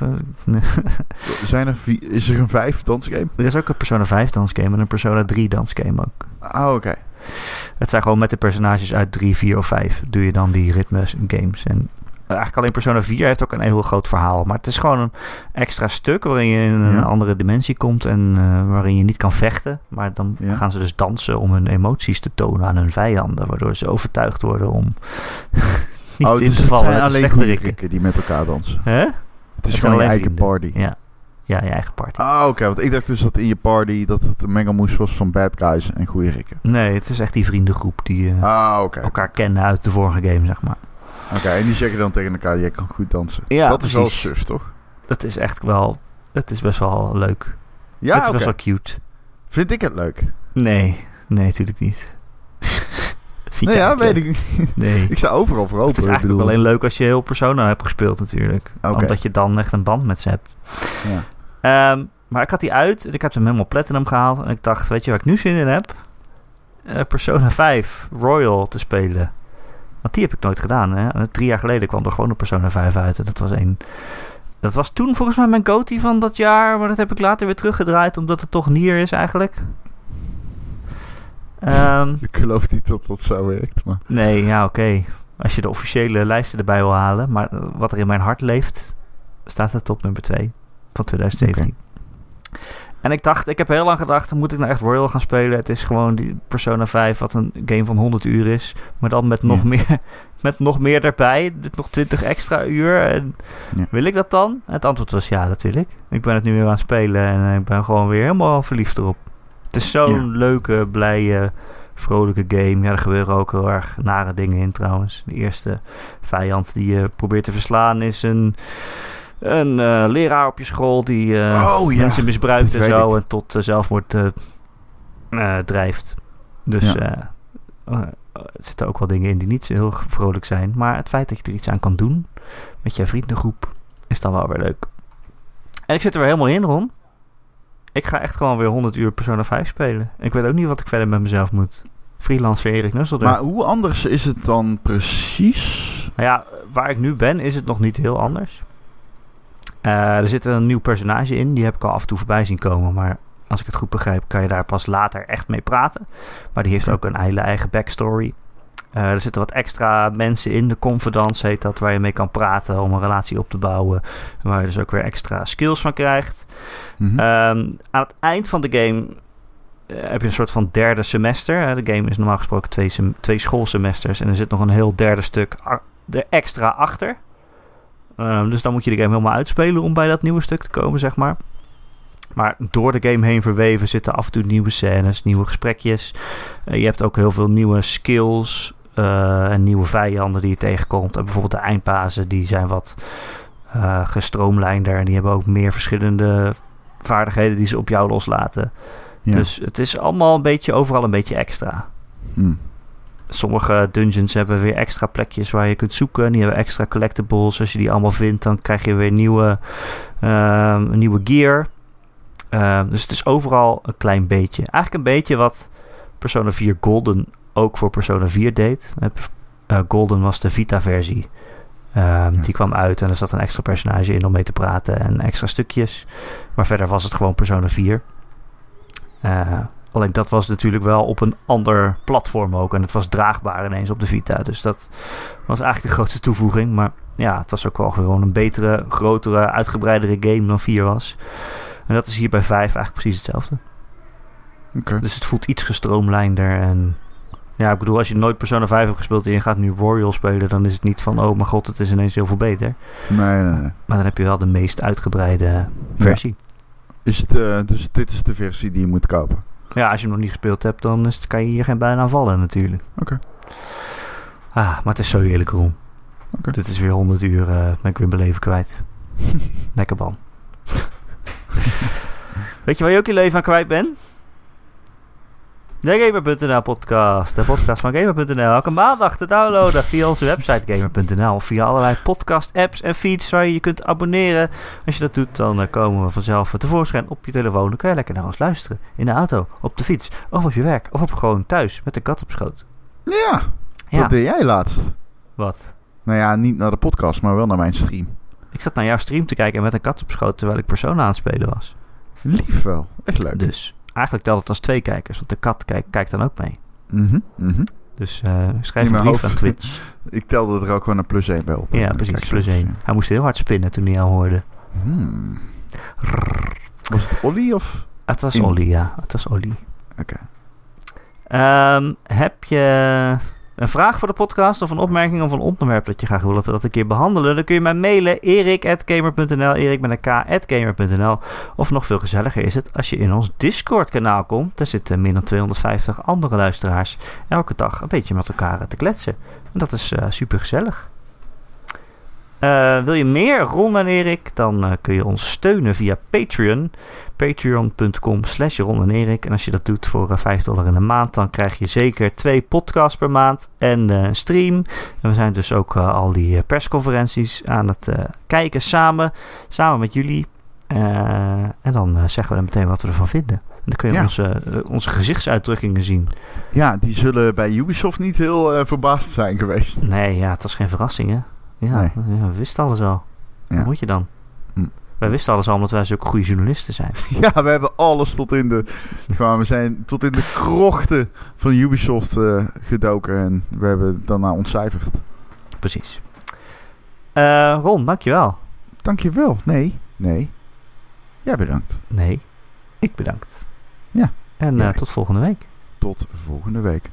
Is er een 5 dansgame? Er is ook een Persona 5 dansgame en een Persona 3 dansgame ook. Oké. Het zijn gewoon met de personages uit 3, 4 of 5 doe je dan die ritmes games. En eigenlijk alleen Persona 4 heeft ook een heel groot verhaal. Maar het is gewoon een extra stuk waarin je in een andere dimensie komt en waarin je niet kan vechten. Maar dan gaan ze dus dansen om hun emoties te tonen aan hun vijanden. Waardoor ze overtuigd worden om niet in te vallen met de slechterikken. Die met elkaar dansen. Huh? Het is gewoon je eigen party. Ja, je eigen party. Oké. Want ik dacht dus dat in je party dat het een mengelmoes was van bad guys en goede rikken. Nee, het is echt die vriendengroep die elkaar kennen uit de vorige game, zeg maar. Oké, en die zeggen dan tegen elkaar, jij kan goed dansen. Ja, dat is wel suf, toch? Dat is echt wel... Het is best wel leuk. Ja, het is best wel cute. Vind ik het leuk? Nee, natuurlijk niet. Weet ik niet. Nee. Ik sta overal voor open. Het is eigenlijk alleen leuk als je heel Persona hebt gespeeld natuurlijk. Omdat je dan echt een band met ze hebt. Ja. Maar ik had die uit en ik heb hem helemaal platinum gehaald. En ik dacht, weet je waar ik nu zin in heb? Persona 5 Royal te spelen. Want die heb ik nooit gedaan. Hè? 3 jaar geleden kwam er gewoon een Persona 5 uit. En dat Dat was toen volgens mij mijn GOTY van dat jaar. Maar dat heb ik later weer teruggedraaid. Omdat het toch Nier is eigenlijk. Ik geloof niet dat dat zo werkt. Maar... Nee, ja, oké. Als je de officiële lijsten erbij wil halen. Maar wat er in mijn hart leeft, staat het op nummer 2 van 2017. Okay. En ik heb heel lang gedacht, moet ik nou echt Royal gaan spelen? Het is gewoon die Persona 5, wat een game van 100 uur is. Maar dan met nog meer erbij. Nog 20 extra uur. En wil ik dat dan? Het antwoord was ja, natuurlijk. Ik ben het nu weer aan het spelen en ik ben gewoon weer helemaal verliefd erop. Het is zo'n leuke, blije, vrolijke game. Ja, er gebeuren ook heel erg nare dingen in trouwens. De eerste vijand die je probeert te verslaan is een leraar op je school die mensen misbruikt en zo en tot zelfmoord drijft. Dus er zitten ook wel dingen in die niet zo heel vrolijk zijn. Maar het feit dat je er iets aan kan doen met je vriendengroep is dan wel weer leuk. En ik zit er weer helemaal in, Ron. Ik ga echt gewoon weer 100 uur Persona 5 spelen. Ik weet ook niet wat ik verder met mezelf moet. Freelancer Erik Nusselder. Maar hoe anders is het dan precies? Nou ja, waar ik nu ben is het nog niet heel anders. Er zit een nieuw personage in. Die heb ik al af en toe voorbij zien komen. Maar als ik het goed begrijp, kan je daar pas later echt mee praten. Maar die heeft ook een hele eigen backstory. Er zitten wat extra mensen in. De confidants heet dat. Waar je mee kan praten om een relatie op te bouwen. Waar je dus ook weer extra skills van krijgt. Mm-hmm. Aan het eind van de game heb je een soort van derde semester. De game is normaal gesproken 2 schoolsemesters. En er zit nog een heel derde stuk er extra achter. Dus dan moet je de game helemaal uitspelen om bij dat nieuwe stuk te komen, zeg maar. Maar door de game heen verweven zitten af en toe nieuwe scènes, nieuwe gesprekjes. Je hebt ook heel veel nieuwe skills en nieuwe vijanden die je tegenkomt. En bijvoorbeeld de eindbazen, die zijn wat gestroomlijnder. En die hebben ook meer verschillende vaardigheden die ze op jou loslaten. Ja. Dus het is allemaal overal een beetje extra. Sommige dungeons hebben weer extra plekjes waar je kunt zoeken. Die hebben extra collectibles. Als je die allemaal vindt, dan krijg je weer nieuwe gear. Dus het is overal een klein beetje. Eigenlijk een beetje wat Persona 4 Golden ook voor Persona 4 deed. Golden was de Vita-versie. Die kwam uit en er zat een extra personage in om mee te praten en extra stukjes. Maar verder was het gewoon Persona 4. Alleen dat was natuurlijk wel op een ander platform ook. En het was draagbaar ineens op de Vita. Dus dat was eigenlijk de grootste toevoeging. Maar ja, het was ook wel gewoon een betere, grotere, uitgebreidere game dan 4 was. En dat is hier bij 5 eigenlijk precies hetzelfde. Okay. Dus het voelt iets gestroomlijnder. En ja, ik bedoel, als je nooit Persona 5 hebt gespeeld en je gaat nu Royal spelen, dan is het niet van, oh mijn god, het is ineens heel veel beter. Nee. Maar dan heb je wel de meest uitgebreide versie. Ja. Dus dit is de versie die je moet kopen? Ja, als je hem nog niet gespeeld hebt, dan kan je hier geen bijna aan vallen natuurlijk. Oké. Maar het is zo heerlijk, Ron. Okay. Dit is weer 100 uur, ben ik weer mijn leven kwijt. Lekker ban. Weet je waar je ook je leven aan kwijt bent? De Gamer.nl podcast. De podcast van Gamer.nl. Elke maandag te downloaden via onze website Gamer.nl. Of via allerlei podcast apps en feeds waar je je kunt abonneren. Als je dat doet, dan komen we vanzelf tevoorschijn op je telefoon. Dan kan je lekker naar ons luisteren. In de auto, op de fiets, of op je werk. Of gewoon thuis met de kat op schoot. Ja, wat deed jij laatst? Wat? Nou ja, niet naar de podcast, maar wel naar mijn stream. Ik zat naar jouw stream te kijken met een kat op schoot terwijl ik Persona aan het spelen was. Lief wel, echt leuk. Dus eigenlijk telt het als 2 kijkers, want de kat kijkt dan ook mee. Dus schrijf een brief aan Twitch. Ik telde er ook gewoon een +1 bij op. Ja, precies, +1. Hij moest heel hard spinnen toen hij jou hoorde. Was het Ollie of? Het was Ollie, ja. Het was Ollie. Oké. Heb je een vraag voor de podcast of een opmerking of een onderwerp dat je graag wil dat we dat een keer behandelen? Dan kun je mij mailen erik@gamer.nl, erik met een k@gamer.nl. Of nog veel gezelliger is het als je in ons Discord kanaal komt. Daar zitten meer dan 250 andere luisteraars elke dag een beetje met elkaar te kletsen. En dat is super gezellig. Wil je meer Ron en Erik? Dan kun je ons steunen via Patreon. Patreon.com/Ron en Erik. En als je dat doet voor $5 in de maand, dan krijg je zeker 2 podcasts per maand en een stream. En we zijn dus ook al die persconferenties aan het kijken samen met jullie. En dan zeggen we dan meteen wat we ervan vinden. En dan kun je onze gezichtsuitdrukkingen zien. Ja, die zullen bij Ubisoft niet heel verbaasd zijn geweest. Nee, ja, het was geen verrassing, hè? Ja, nee. We wisten alles al. Ja. Wat moet je dan? Wij wisten alles al omdat wij zulke goede journalisten zijn. Ja, we hebben alles tot in de... we zijn tot in de krochten van Ubisoft gedoken. En we hebben het daarna ontcijferd. Precies. Ron, dankjewel. Dankjewel. Nee. Jij bedankt. Nee, ik bedankt. Ja. En tot volgende week. Tot volgende week.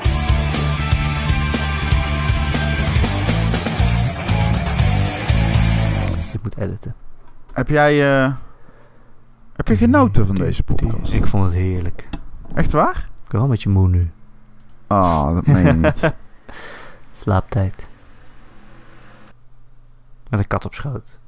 Ik moet editen. Heb je genoten van deze podcast? Ik vond het heerlijk. Echt waar? Ik ben wel een beetje moe nu. Ah, dat meen je niet. Slaaptijd. Met een kat op schoot.